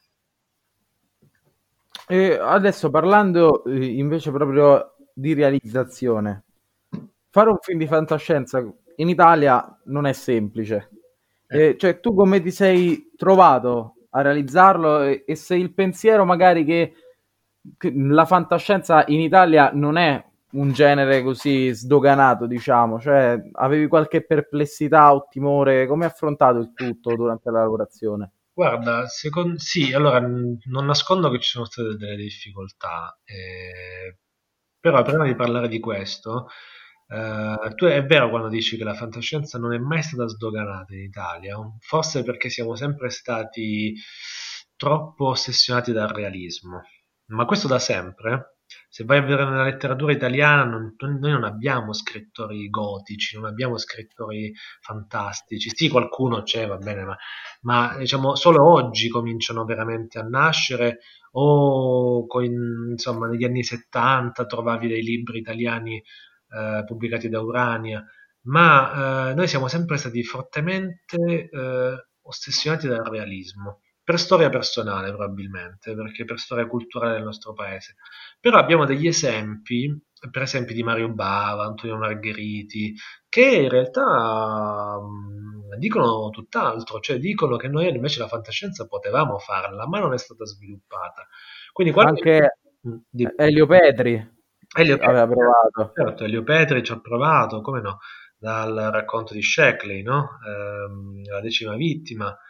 e adesso parlando invece proprio di realizzazione, fare un film di fantascienza in Italia non è semplice. Eh, Cioè, tu come ti sei trovato a realizzarlo e se il pensiero magari che la fantascienza in Italia non è un genere così sdoganato, diciamo, cioè avevi qualche perplessità o timore, come hai affrontato il tutto durante la lavorazione? Guarda, sì, allora non nascondo che ci sono state delle difficoltà, però prima di parlare di questo, tu è vero quando dici che la fantascienza non è mai stata sdoganata in Italia, forse perché siamo sempre stati troppo ossessionati dal realismo, ma questo da sempre. Se vai a vedere nella letteratura italiana, noi non abbiamo scrittori gotici, non abbiamo scrittori fantastici. Sì, qualcuno c'è, va bene, ma diciamo solo oggi cominciano veramente a nascere o insomma negli anni 70 trovavi dei libri italiani pubblicati da Urania, ma noi siamo sempre stati fortemente ossessionati dal realismo, per storia personale probabilmente, perché per storia culturale del nostro paese. Però abbiamo degli esempi, per esempio di Mario Bava, Antonio Margheriti, che in realtà dicono tutt'altro, cioè dicono che noi invece la fantascienza potevamo farla, ma non è stata sviluppata. Quindi quando... Anche Dimmi. Elio Petri Elio aveva Petri, provato. certo, Elio Petri ci ha provato, come no, dal racconto di Sheckley, no? La decima vittima.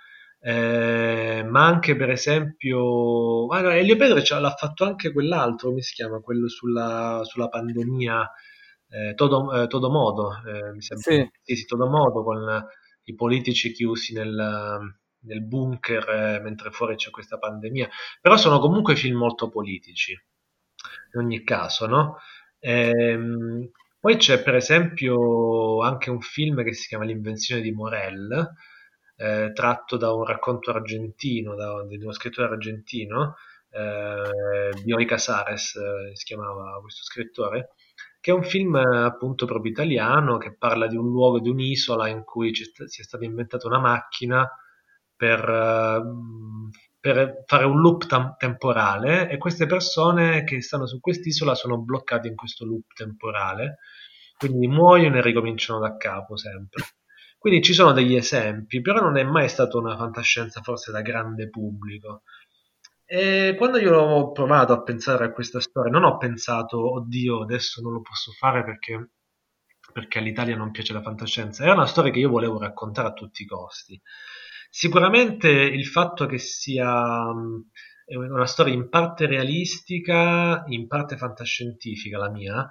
Ma anche per esempio, no, Elio Petri l'ha fatto anche quell'altro, come si chiama, quello sulla pandemia, Todomodo, mi sembra. Sì, Sì, sì, Todomodo, con i politici chiusi nel bunker, mentre fuori c'è questa pandemia. Però sono comunque film molto politici, in ogni caso, no? Poi c'è per esempio anche un film che si chiama L'invenzione di Morel, tratto da un racconto argentino, di uno scrittore argentino, Bioy Casares, si chiamava questo scrittore, che è un film appunto proprio italiano che parla di un luogo, di un'isola in cui si è stata inventata una macchina per, eh, per fare un loop temporale, e queste persone che stanno su quest'isola sono bloccate in questo loop temporale, quindi muoiono e ricominciano da capo sempre. Quindi ci sono degli esempi, però non è mai stata una fantascienza forse da grande pubblico. E quando io ho provato a pensare a questa storia, non ho pensato, oddio, adesso non lo posso fare perché all'Italia non piace la fantascienza. Era una storia che io volevo raccontare a tutti i costi. Sicuramente il fatto che sia è una storia in parte realistica, in parte fantascientifica, la mia,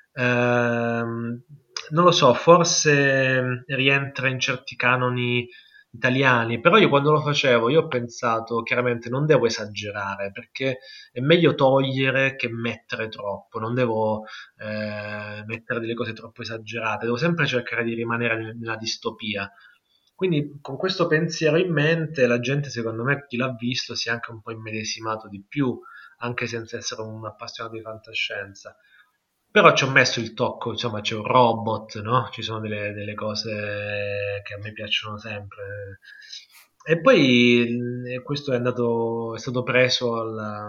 non lo so, forse rientra in certi canoni italiani, però io quando lo facevo, io ho pensato, chiaramente non devo esagerare, perché è meglio togliere che mettere troppo, non devo mettere delle cose troppo esagerate, devo sempre cercare di rimanere nella distopia. Quindi con questo pensiero in mente, la gente, secondo me, chi l'ha visto si è anche un po' immedesimato di più, anche senza essere un appassionato di fantascienza. Però ci ho messo il tocco, insomma, c'è un robot, no? Ci sono delle cose che a me piacciono sempre. E poi questo è stato preso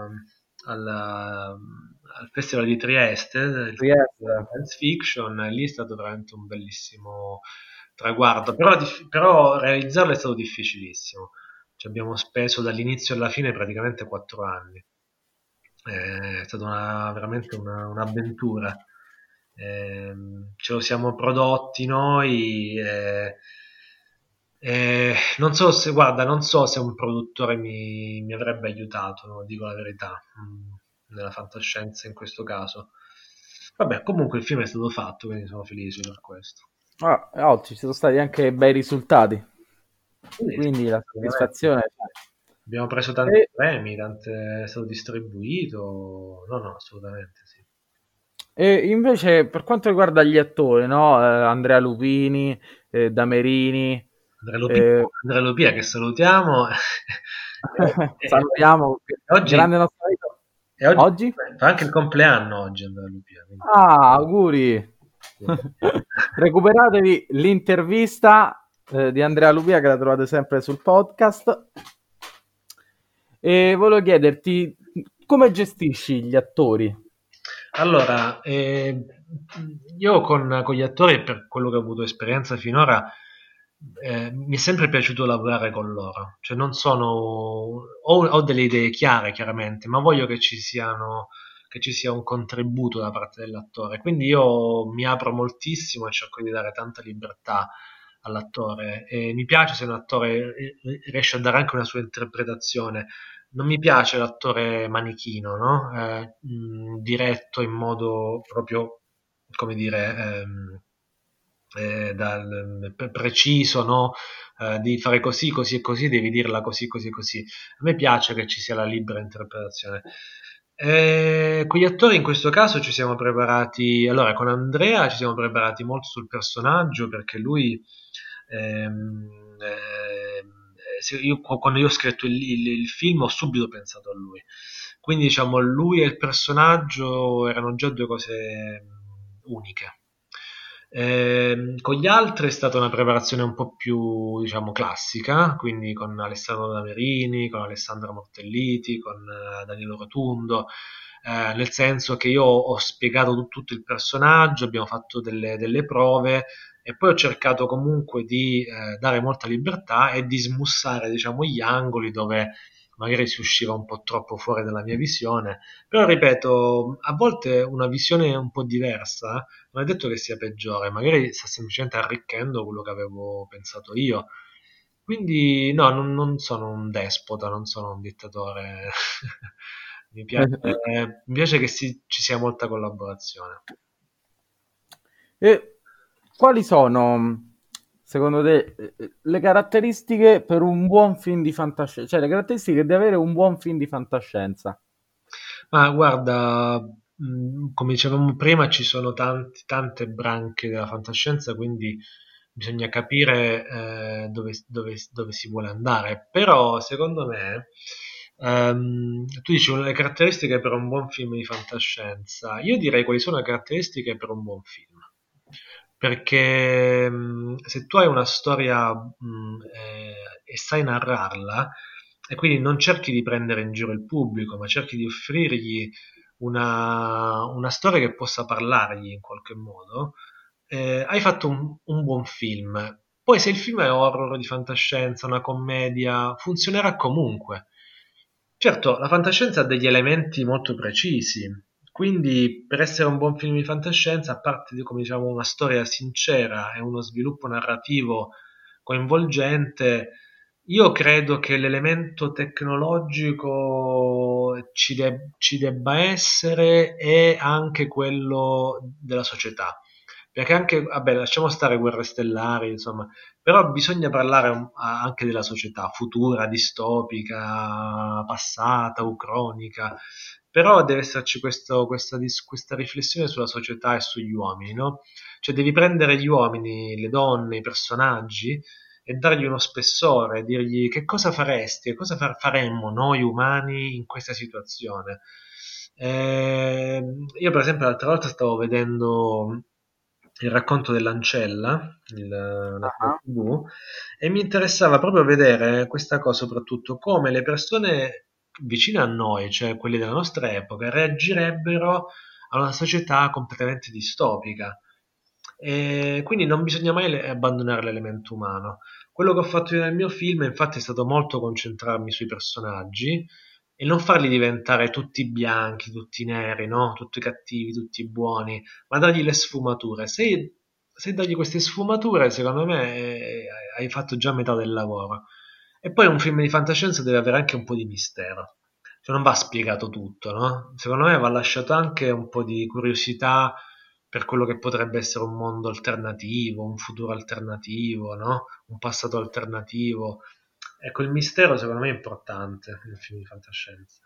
al Festival di Trieste, il Festival di Trieste. Science Fiction, e lì è stato veramente un bellissimo traguardo, però realizzarlo è stato difficilissimo. Ci abbiamo speso dall'inizio alla fine praticamente 4 anni. È stata veramente un'avventura. Ce lo siamo prodotti noi. Non so se, guarda, non so se un produttore mi avrebbe aiutato, no? Dico la verità, nella fantascienza in questo caso. Vabbè, comunque il film è stato fatto, quindi sono felice per questo. Ah, oggi ci sono stati anche bei risultati, Sì, sì, quindi la assolutamente. soddisfazione c'è. Abbiamo preso tanti E, premi, è stato distribuito. No, no, assolutamente sì. e invece per quanto riguarda gli attori, no? Andrea Lupini, Damerini, eh, Andrea Lupia che salutiamo. salutiamo, Oggi, grande nostro amico. e oggi Oggi? fa anche il compleanno oggi Andrea Lupia. Ah, auguri! Sì. Recuperatevi l'intervista di Andrea Lupia che la trovate sempre sul podcast. E volevo chiederti come gestisci gli attori? Allora, io con gli attori, per quello che ho avuto esperienza finora, mi è sempre piaciuto lavorare con loro. Cioè, non sono, ho delle idee chiare, chiaramente, ma voglio che ci sia un contributo da parte dell'attore. Quindi io mi apro moltissimo e cerco di dare tanta libertà all'attore. E mi piace se un attore riesce a dare anche una sua interpretazione. Non mi piace l'attore manichino, no? Diretto in modo proprio, come dire, preciso, no? Di fare così, così e così, devi dirla così, così e così. A me piace che ci sia la libera interpretazione. Con gli attori in questo caso ci siamo preparati, allora con Andrea ci siamo preparati molto sul personaggio perché lui, quando io ho scritto il film ho subito pensato a lui, quindi diciamo lui e il personaggio erano già due cose uniche. Con gli altri è stata una preparazione un po' più, diciamo, classica, quindi con Alessandro Damerini, con Alessandra Mortelliti, con Danilo Rotundo, nel senso che io ho spiegato tutto il personaggio, abbiamo fatto delle prove e poi ho cercato comunque di dare molta libertà e di smussare, diciamo, gli angoli dove magari si usciva un po' troppo fuori dalla mia visione. Però ripeto, a volte una visione un po' diversa non è detto che sia peggiore, magari sta semplicemente arricchendo quello che avevo pensato io. Quindi no, non sono un despota, non sono un dittatore. Mi piace che ci sia molta collaborazione. E quali sono, secondo te, le caratteristiche per un buon film di fantascienza? Cioè, le caratteristiche di avere un buon film di fantascienza? Ma guarda, come dicevamo prima, ci sono tante branche della fantascienza, quindi bisogna capire dove si vuole andare. Però, secondo me, tu dici le caratteristiche per un buon film di fantascienza. Io direi quali sono le caratteristiche per un buon film. Perché se tu hai una storia e sai narrarla, e quindi non cerchi di prendere in giro il pubblico, ma cerchi di offrirgli una storia che possa parlargli in qualche modo, hai fatto un buon film. Poi se il film è horror di fantascienza, una commedia, funzionerà comunque. Certo, la fantascienza ha degli elementi molto precisi, quindi per essere un buon film di fantascienza, a parte di, come diciamo, una storia sincera e uno sviluppo narrativo coinvolgente, io credo che l'elemento tecnologico ci debba essere e anche quello della società. Perché anche, vabbè, lasciamo stare guerre stellari, insomma, però bisogna parlare anche della società futura, distopica, passata, ucronica. Però deve esserci questa riflessione sulla società e sugli uomini, no? Cioè devi prendere gli uomini, le donne, i personaggi e dargli uno spessore, dirgli che cosa faresti, che cosa faremmo noi umani in questa situazione. Io per esempio l'altra volta stavo vedendo il racconto dell'ancella, la serie Ah. TV, e mi interessava proprio vedere questa cosa, soprattutto come le persone vicine a noi, cioè quelli della nostra epoca, reagirebbero a una società completamente distopica. E quindi non bisogna mai abbandonare l'elemento umano. Quello che ho fatto io nel mio film, infatti, è stato molto concentrarmi sui personaggi e non farli diventare tutti bianchi, tutti neri, no? Tutti cattivi, tutti buoni, ma dargli le sfumature. Se dagli queste sfumature, secondo me, hai fatto già metà del lavoro. E poi un film di fantascienza deve avere anche un po' di mistero. Cioè non va spiegato tutto, no? Secondo me va lasciato anche un po' di curiosità per quello che potrebbe essere un mondo alternativo, un futuro alternativo, no? Un passato alternativo. Ecco, il mistero secondo me è importante nel film di fantascienza.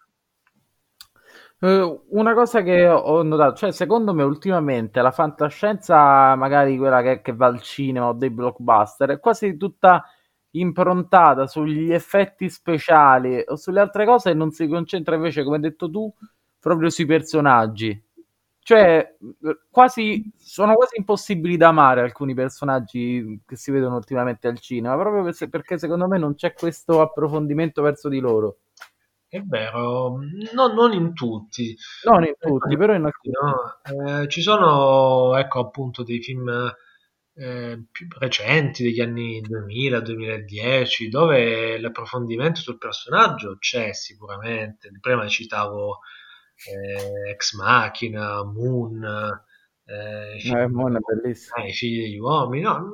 Una cosa che ho notato, cioè secondo me ultimamente la fantascienza, magari quella che va al cinema o dei blockbuster, è quasi tutta improntata sugli effetti speciali o sulle altre cose e non si concentra invece, come hai detto tu, proprio sui personaggi. Cioè, sono quasi impossibili da amare alcuni personaggi che si vedono ultimamente al cinema, proprio perché secondo me non c'è questo approfondimento verso di loro. È vero, non in tutti. Non in Non tutti, in però in tutti, alcuni. no? Ci sono, ecco, appunto, dei film più recenti, degli anni 2000-2010, dove l'approfondimento sul personaggio c'è sicuramente. Prima citavo Ex Machina, Moon, Mon è bellissimo. I figli degli uomini, no?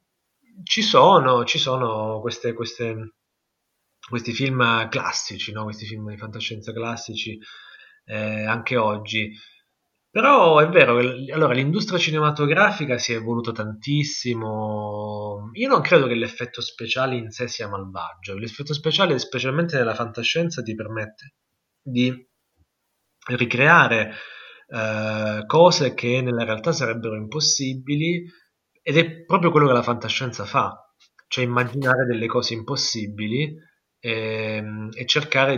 Ci sono questi film classici, no? Questi film di fantascienza classici anche oggi. Però è vero, allora l'industria cinematografica si è evoluta tantissimo. Io non credo che l'effetto speciale in sé sia malvagio. L'effetto speciale, specialmente nella fantascienza, ti permette di ricreare cose che nella realtà sarebbero impossibili ed è proprio quello che la fantascienza fa, cioè immaginare delle cose impossibili e cercare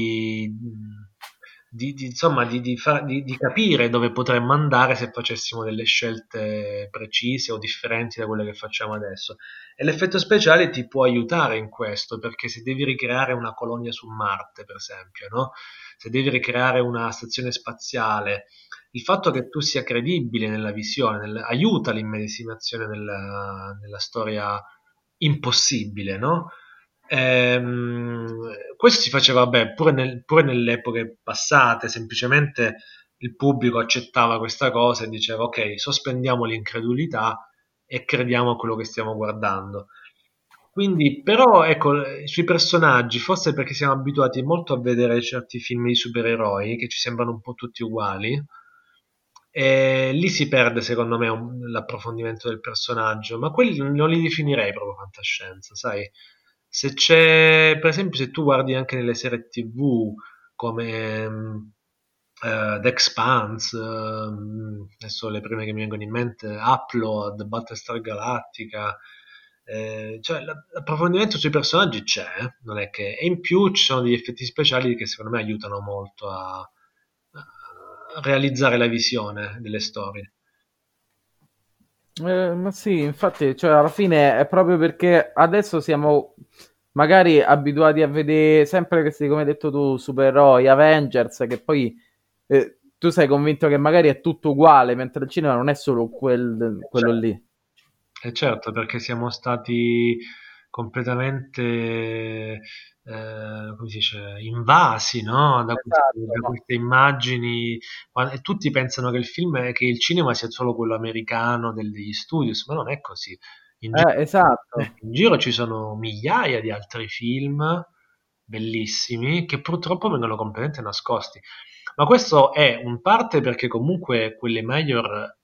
insomma, di capire dove potremmo andare se facessimo delle scelte precise o differenti da quelle che facciamo adesso. E l'effetto speciale ti può aiutare in questo, perché se devi ricreare una colonia su Marte, per esempio, no? Se devi ricreare una stazione spaziale, il fatto che tu sia credibile nella visione, aiuta l'immedesimazione nella storia impossibile, no? Questo si faceva beh, pure nelle epoche passate, semplicemente il pubblico accettava questa cosa e diceva ok, sospendiamo l'incredulità e crediamo a quello che stiamo guardando. Quindi, però, ecco, sui personaggi, forse perché siamo abituati molto a vedere certi film di supereroi che ci sembrano un po' tutti uguali, e lì si perde, secondo me, l'approfondimento del personaggio, ma quelli non li definirei proprio fantascienza, sai? Se c'è, per esempio, se tu guardi anche nelle serie TV come The Expanse, adesso le prime che mi vengono in mente, Upload, Battlestar Galactica, cioè l'approfondimento sui personaggi c'è, non è che... E in più ci sono degli effetti speciali che secondo me aiutano molto a realizzare la visione delle storie. Ma sì, infatti, cioè, alla fine è proprio perché adesso siamo magari abituati a vedere sempre questi, come hai detto tu, supereroi, Avengers, che poi tu sei convinto che magari è tutto uguale, mentre il cinema non è solo quello Cioè, lì. certo, perché siamo stati completamente, come si dice, invasi, no? Esatto, Da no. queste immagini, e tutti pensano che che il cinema sia solo quello americano degli studios, ma non è così. In giro, Esatto. in giro ci sono migliaia di altri film bellissimi che purtroppo vengono completamente nascosti. Ma questo è in parte perché comunque quelle major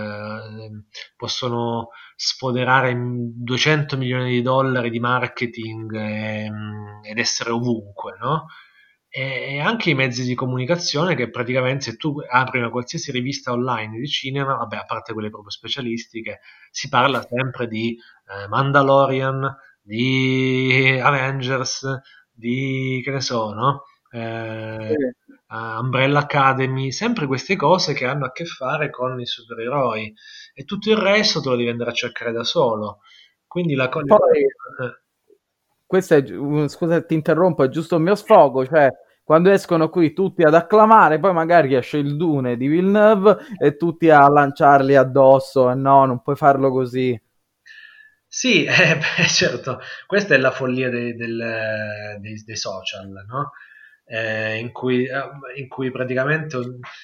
possono sfoderare 200 milioni di dollari di marketing ed essere ovunque, no? E anche i mezzi di comunicazione che praticamente se tu apri una qualsiasi rivista online di cinema, vabbè, a parte quelle proprio specialistiche, si parla sempre di Mandalorian, di Avengers, di che ne so, no? Sì. Umbrella Academy, sempre queste cose che hanno a che fare con i supereroi e tutto il resto te lo devi andare a cercare da solo. Quindi la cosa... Poi, questo è, scusa se ti interrompo, è giusto il mio sfogo, cioè quando escono qui tutti ad acclamare, poi magari esce il Dune di Villeneuve e tutti a lanciarli addosso, e no, non puoi farlo così. Sì, beh, certo, questa è la follia dei social, no? In cui praticamente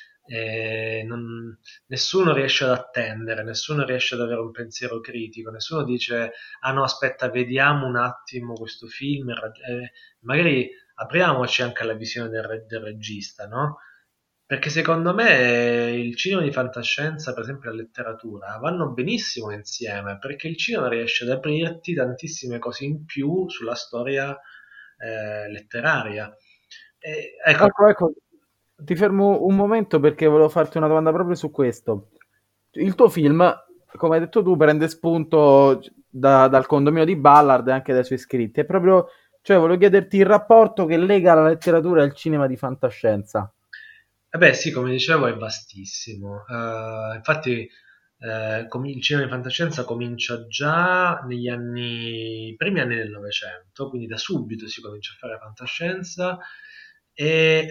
nessuno riesce ad attendere, nessuno riesce ad avere un pensiero critico, nessuno dice, ah no, aspetta, vediamo un attimo questo film, magari apriamoci anche alla visione del regista, no? Perché secondo me il cinema di fantascienza, per esempio la letteratura, vanno benissimo insieme, perché il cinema riesce ad aprirti tantissime cose in più sulla storia letteraria. Ecco, Ecco, ecco, ti fermo un momento perché volevo farti una domanda proprio su questo. Il tuo film, come hai detto tu, prende spunto dal condominio di Ballard e anche dai suoi scritti. È proprio, cioè, volevo chiederti il rapporto che lega la letteratura al cinema di fantascienza. beh, sì, come dicevo, è vastissimo. Infatti, il cinema di fantascienza comincia già primi anni del Novecento, quindi da subito si comincia a fare fantascienza e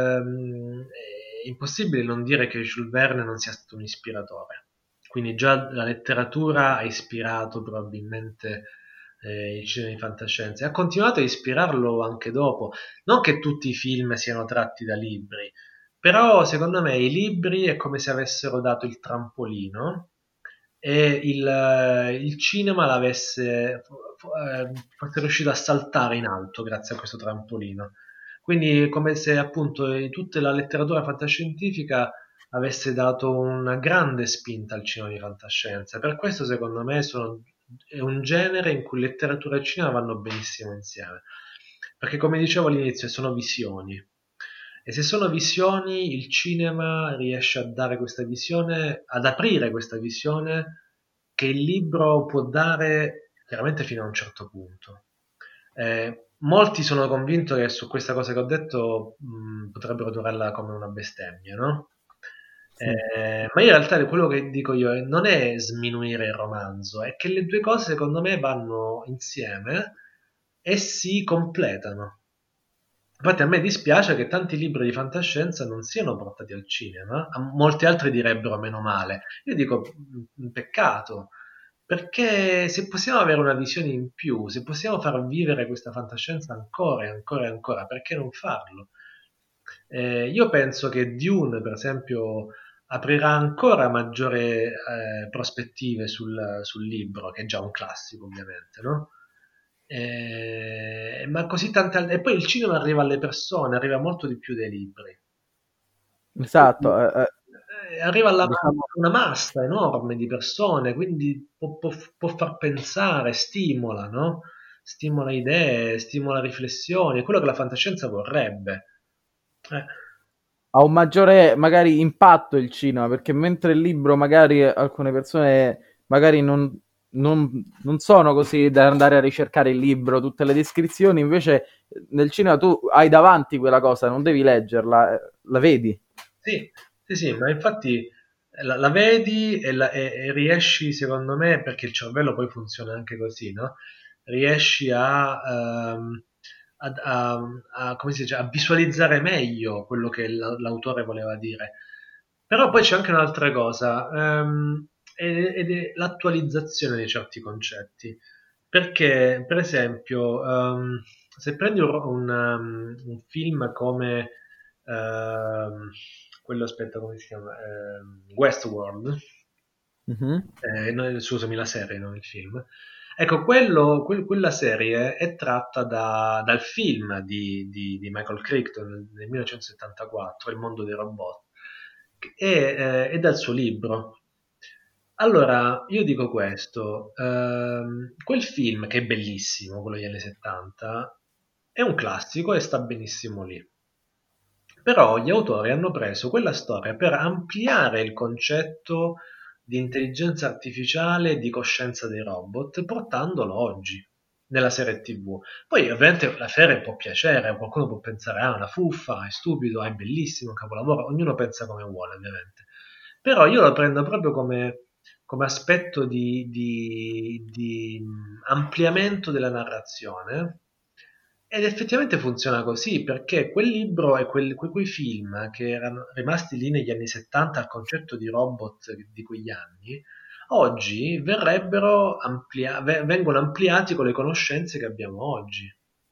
è impossibile non dire che Jules Verne non sia stato un ispiratore. Quindi già la letteratura ha ispirato probabilmente il cinema di fantascienza e ha continuato a ispirarlo anche dopo. Non che tutti i film siano tratti da libri, però secondo me i libri è come se avessero dato il trampolino e il cinema fosse riuscito a saltare in alto grazie a questo trampolino. Quindi è come se appunto tutta la letteratura fantascientifica avesse dato una grande spinta al cinema di fantascienza. Per questo secondo me è un genere in cui letteratura e cinema vanno benissimo insieme. Perché come dicevo all'inizio sono visioni. E se sono visioni, il cinema riesce a dare questa visione, ad aprire questa visione che il libro può dare chiaramente fino a un certo punto. Molti sono convinto che su questa cosa che ho detto potrebbero trovarla come una bestemmia, no? Sì. Ma in realtà quello che dico io non è sminuire il romanzo, è che le due cose secondo me vanno insieme e si completano. Infatti a me dispiace che tanti libri di fantascienza non siano portati al cinema, molti altri direbbero meno male. Io dico un peccato, perché se possiamo avere una visione in più, se possiamo far vivere questa fantascienza ancora e ancora e ancora, perché non farlo? Io penso che Dune, per esempio, aprirà ancora maggiori prospettive sul libro, che è già un classico ovviamente, no? Ma così tante altre... E poi il cinema arriva alle persone, arriva molto di più dei libri. Esatto, Arriva diciamo. una massa enorme di persone, quindi può far pensare, stimola, no? Stimola idee, stimola riflessioni, è quello che la fantascienza vorrebbe. Eh, Ha un maggiore magari impatto il cinema, perché mentre il libro magari alcune persone magari non sono così da andare a ricercare il libro, tutte le descrizioni, invece nel cinema tu hai davanti quella cosa, non devi leggerla, la vedi. Sì, sì, sì, ma infatti la vedi e riesci, secondo me, perché il cervello poi funziona anche così, no? Riesci come si dice, a visualizzare meglio quello che l'autore voleva dire. Però poi c'è anche un'altra cosa, ed è l'attualizzazione di certi concetti. Perché, per esempio, se prendi un film come quello, aspetta, come si chiama? Westworld, Mhm. no, scusami, la serie, non il film. Ecco, quella serie è tratta dal film di Michael Crichton nel 1974, Il mondo dei robot, e dal suo libro. Allora, io dico questo, quel film che è bellissimo, quello degli anni 70, è un classico e sta benissimo lì. Però gli autori hanno preso quella storia per ampliare il concetto di intelligenza artificiale e di coscienza dei robot, portandolo oggi nella serie TV. Poi ovviamente la serie può piacere, qualcuno può pensare, ah, è una fuffa, è stupido, è bellissimo, capolavoro, ognuno pensa come vuole, ovviamente. Però io lo prendo proprio come aspetto di ampliamento della narrazione ed effettivamente funziona così perché quel libro e quei film che erano rimasti lì negli anni 70 al concetto di robot di quegli anni, oggi vengono ampliati con le conoscenze che abbiamo oggi.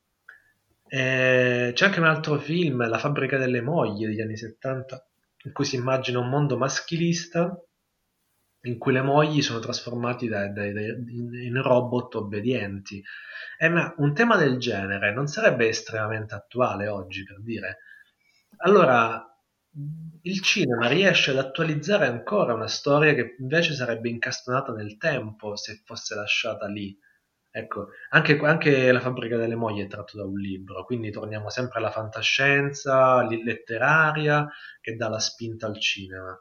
C'è anche un altro film, La fabbrica delle mogli degli anni 70, in cui si immagina un mondo maschilista in cui le mogli sono trasformati in robot obbedienti. Ma un tema del genere non sarebbe estremamente attuale oggi, per dire. Allora, il cinema riesce ad attualizzare ancora una storia che invece sarebbe incastonata nel tempo se fosse lasciata lì. Ecco, anche La fabbrica delle mogli è tratto da un libro, quindi torniamo sempre alla fantascienza letteraria che dà la spinta al cinema.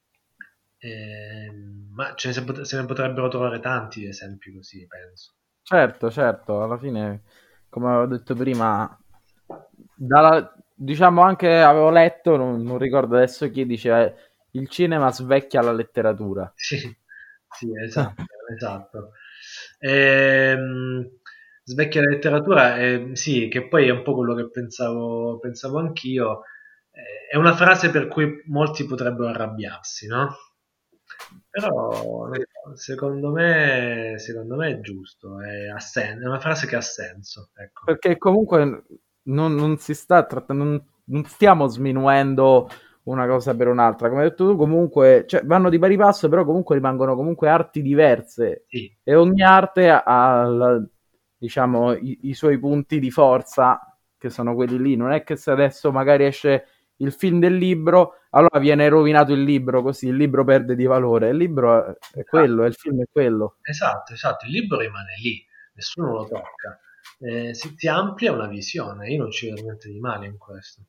Ma se ne potrebbero trovare tanti di esempi così, penso. Certo, certo, alla fine, come avevo detto prima, diciamo anche avevo letto, non ricordo adesso chi dice, il cinema svecchia la letteratura. Sì, sì, esatto, esatto. Ehm, Svecchia la letteratura, sì, che poi è un po' quello che pensavo anch'io. È una frase per cui molti potrebbero arrabbiarsi, no? Però, non so, secondo me è giusto, è una frase che ha senso, ecco. Perché comunque non si sta trattando, non stiamo sminuendo una cosa per un'altra. Come hai detto tu, comunque, cioè, vanno di pari passo, però comunque rimangono comunque arti diverse Sì, e ogni arte ha, diciamo, i suoi punti di forza, che sono quelli lì. Non è che se adesso magari esce il film del libro, allora viene rovinato il libro, così il libro perde di valore. Il libro è quello, e il film è quello. esatto, esatto, il libro rimane lì, nessuno lo tocca. Si amplia una visione, io non ci vedo niente di male in questo.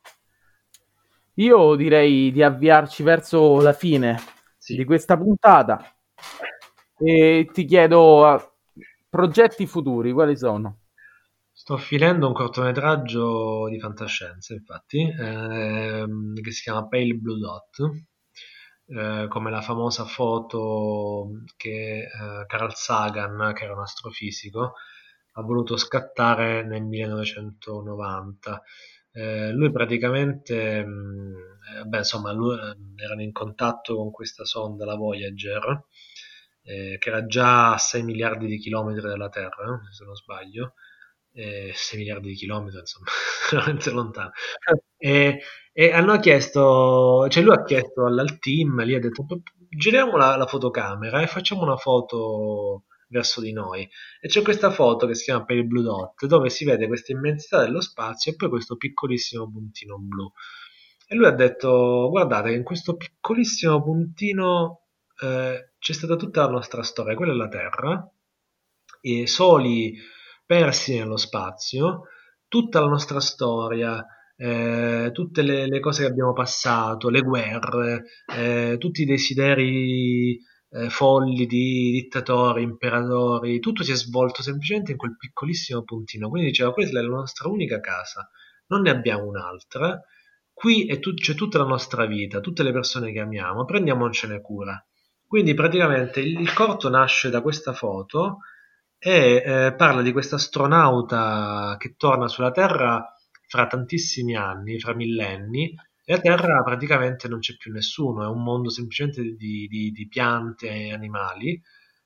Io direi di avviarci verso la fine di Sì, questa puntata e ti chiedo progetti futuri, quali sono? sto finendo un cortometraggio di fantascienza, infatti, che si chiama Pale Blue Dot, come la famosa foto che Carl Sagan, che era un astrofisico, ha voluto scattare nel 1990. Lui praticamente, beh, insomma, erano in contatto con questa sonda, la Voyager, che era già a 6 miliardi di chilometri dalla Terra, se non sbaglio, 6 miliardi di chilometri, insomma, veramente lontano. E, e hanno chiesto, cioè lui ha chiesto al team, lì ha detto, giriamo la fotocamera e facciamo una foto verso di noi. E c'è questa foto che si chiama Pale Blue Dot, dove si vede questa immensità dello spazio e poi questo piccolissimo puntino blu. E lui ha detto: guardate, che in questo piccolissimo puntino c'è stata tutta la nostra storia, quella è la Terra, e soli persi nello spazio, tutta la nostra storia, tutte le cose che abbiamo passato, le guerre, tutti i desideri folli di dittatori, imperatori, tutto si è svolto semplicemente in quel piccolissimo puntino. Quindi diceva, questa è la nostra unica casa, non ne abbiamo un'altra. Qui c'è tutta la nostra vita, tutte le persone che amiamo, prendiamocene cura. Quindi praticamente il corto nasce da questa foto e parla di questo astronauta che torna sulla Terra fra tantissimi anni, fra millenni, e la Terra praticamente non c'è più nessuno, è un mondo semplicemente di piante e animali.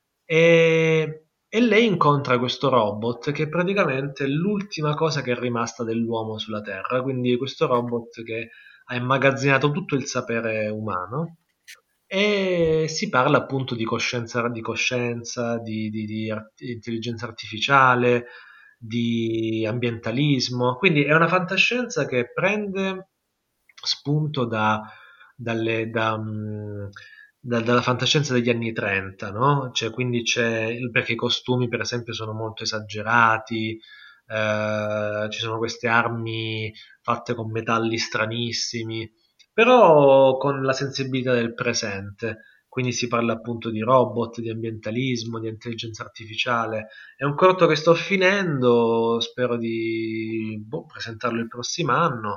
E lei incontra questo robot che è praticamente l'ultima cosa che è rimasta dell'uomo sulla Terra, quindi questo robot che ha immagazzinato tutto il sapere umano e si parla appunto di intelligenza artificiale, di ambientalismo, quindi è una fantascienza che prende spunto dalla fantascienza degli anni 30, no? Cioè, quindi perché i costumi per esempio sono molto esagerati, ci sono queste armi fatte con metalli stranissimi, però con la sensibilità del presente. Quindi si parla appunto di robot, di ambientalismo, di intelligenza artificiale. È un corto che sto finendo, spero di presentarlo il prossimo anno.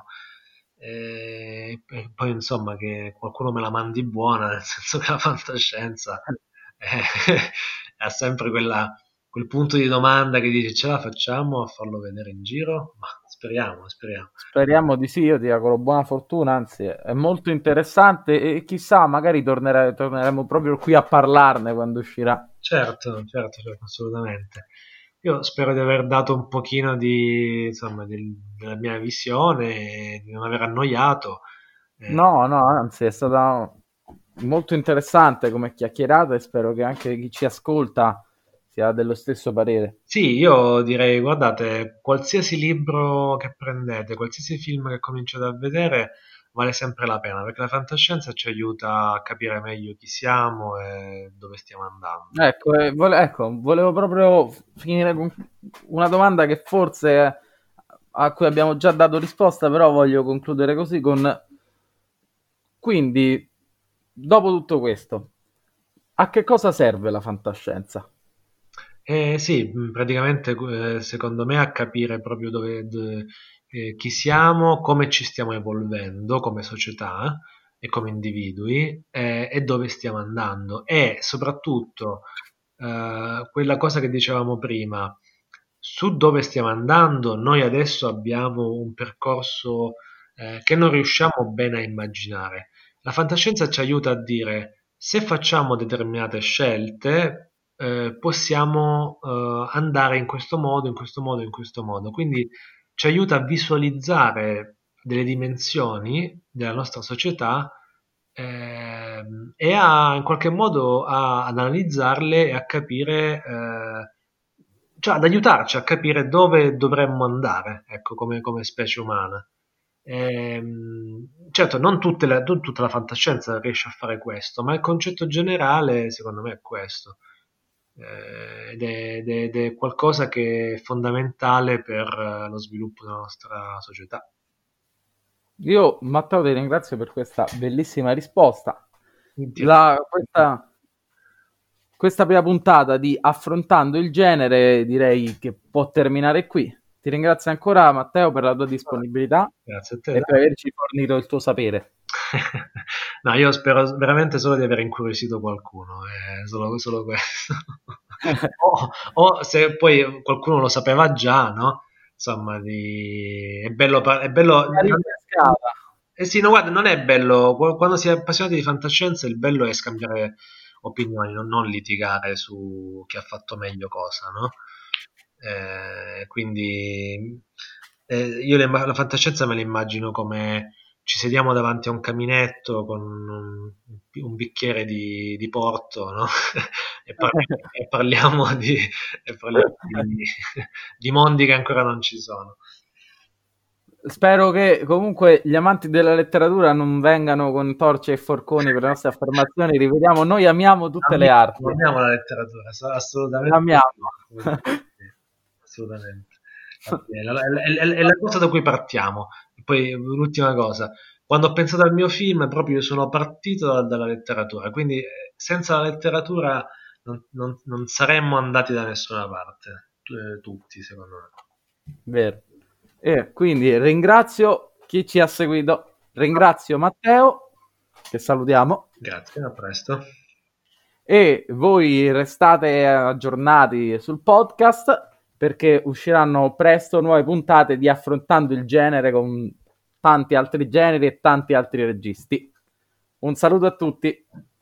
E poi insomma che qualcuno me la mandi buona, nel senso che la fantascienza ha sempre quel punto di domanda che dice ce la facciamo a farlo vedere in giro? Ma speriamo, speriamo. Speriamo di sì, io ti auguro buona fortuna, anzi è molto interessante e chissà, magari torneremo proprio qui a parlarne quando uscirà. Certo, certo, certo, assolutamente. Io spero di aver dato un pochino insomma, della mia visione, di non aver annoiato. Eh, No, no, anzi è stata molto interessante come chiacchierata e spero che anche chi ci ascolta sia dello stesso parere. sì, io direi, guardate, qualsiasi libro che prendete, qualsiasi film che cominciate a vedere, vale sempre la pena, perché la fantascienza ci aiuta a capire meglio chi siamo e dove stiamo andando. Ecco, ecco, volevo proprio finire con una domanda che forse a cui abbiamo già dato risposta, però voglio concludere così con... Quindi, dopo tutto questo, a che cosa serve la fantascienza? Sì, praticamente secondo me a capire proprio chi siamo, come ci stiamo evolvendo come società e come individui e dove stiamo andando e soprattutto quella cosa che dicevamo prima, su dove stiamo andando, noi adesso abbiamo un percorso che non riusciamo bene a immaginare. La fantascienza ci aiuta a dire se facciamo determinate scelte, possiamo andare in questo modo, in questo modo, in questo modo. Quindi ci aiuta a visualizzare delle dimensioni della nostra società e in qualche modo ad analizzarle e a capire, cioè ad aiutarci a capire dove dovremmo andare, ecco, come specie umana. Certo, non tutta la fantascienza riesce a fare questo, ma il concetto generale, secondo me, è questo. Ed è qualcosa che è fondamentale per lo sviluppo della nostra società. Io, Matteo, ti ringrazio per questa bellissima risposta. Quindi, Questa prima puntata di Affrontando il genere direi che può terminare qui. Ti ringrazio ancora, Matteo, per la tua disponibilità grazie a te. e per averci fornito il tuo sapere. No, io spero veramente solo di aver incuriosito qualcuno, solo questo. O se poi qualcuno lo sapeva già, no? Insomma, è bello, è bello. Una rinfrescata. Eh sì, no, guarda, non è bello. Quando si è appassionati di fantascienza, il bello è scambiare opinioni, non litigare su chi ha fatto meglio cosa, no? Quindi io la fantascienza me la immagino come ci sediamo davanti a un caminetto con un bicchiere di porto, no? E parliamo di mondi che ancora non ci sono. Spero che comunque gli amanti della letteratura non vengano con torce e forconi per le nostre affermazioni. Rivediamo, noi amiamo tutte le arti. Amiamo la letteratura, assolutamente. Amiamo. Assolutamente. È la cosa da cui partiamo. E poi l'ultima cosa, quando ho pensato al mio film, proprio io sono partito dalla letteratura, quindi senza la letteratura non saremmo andati da nessuna parte, tutti secondo me. Vero. E quindi ringrazio chi ci ha seguito, ringrazio Matteo, che salutiamo, Grazie, a presto. e voi restate aggiornati sul podcast perché usciranno presto nuove puntate di Affrontando il genere con tanti altri generi e tanti altri registi. Un saluto a tutti.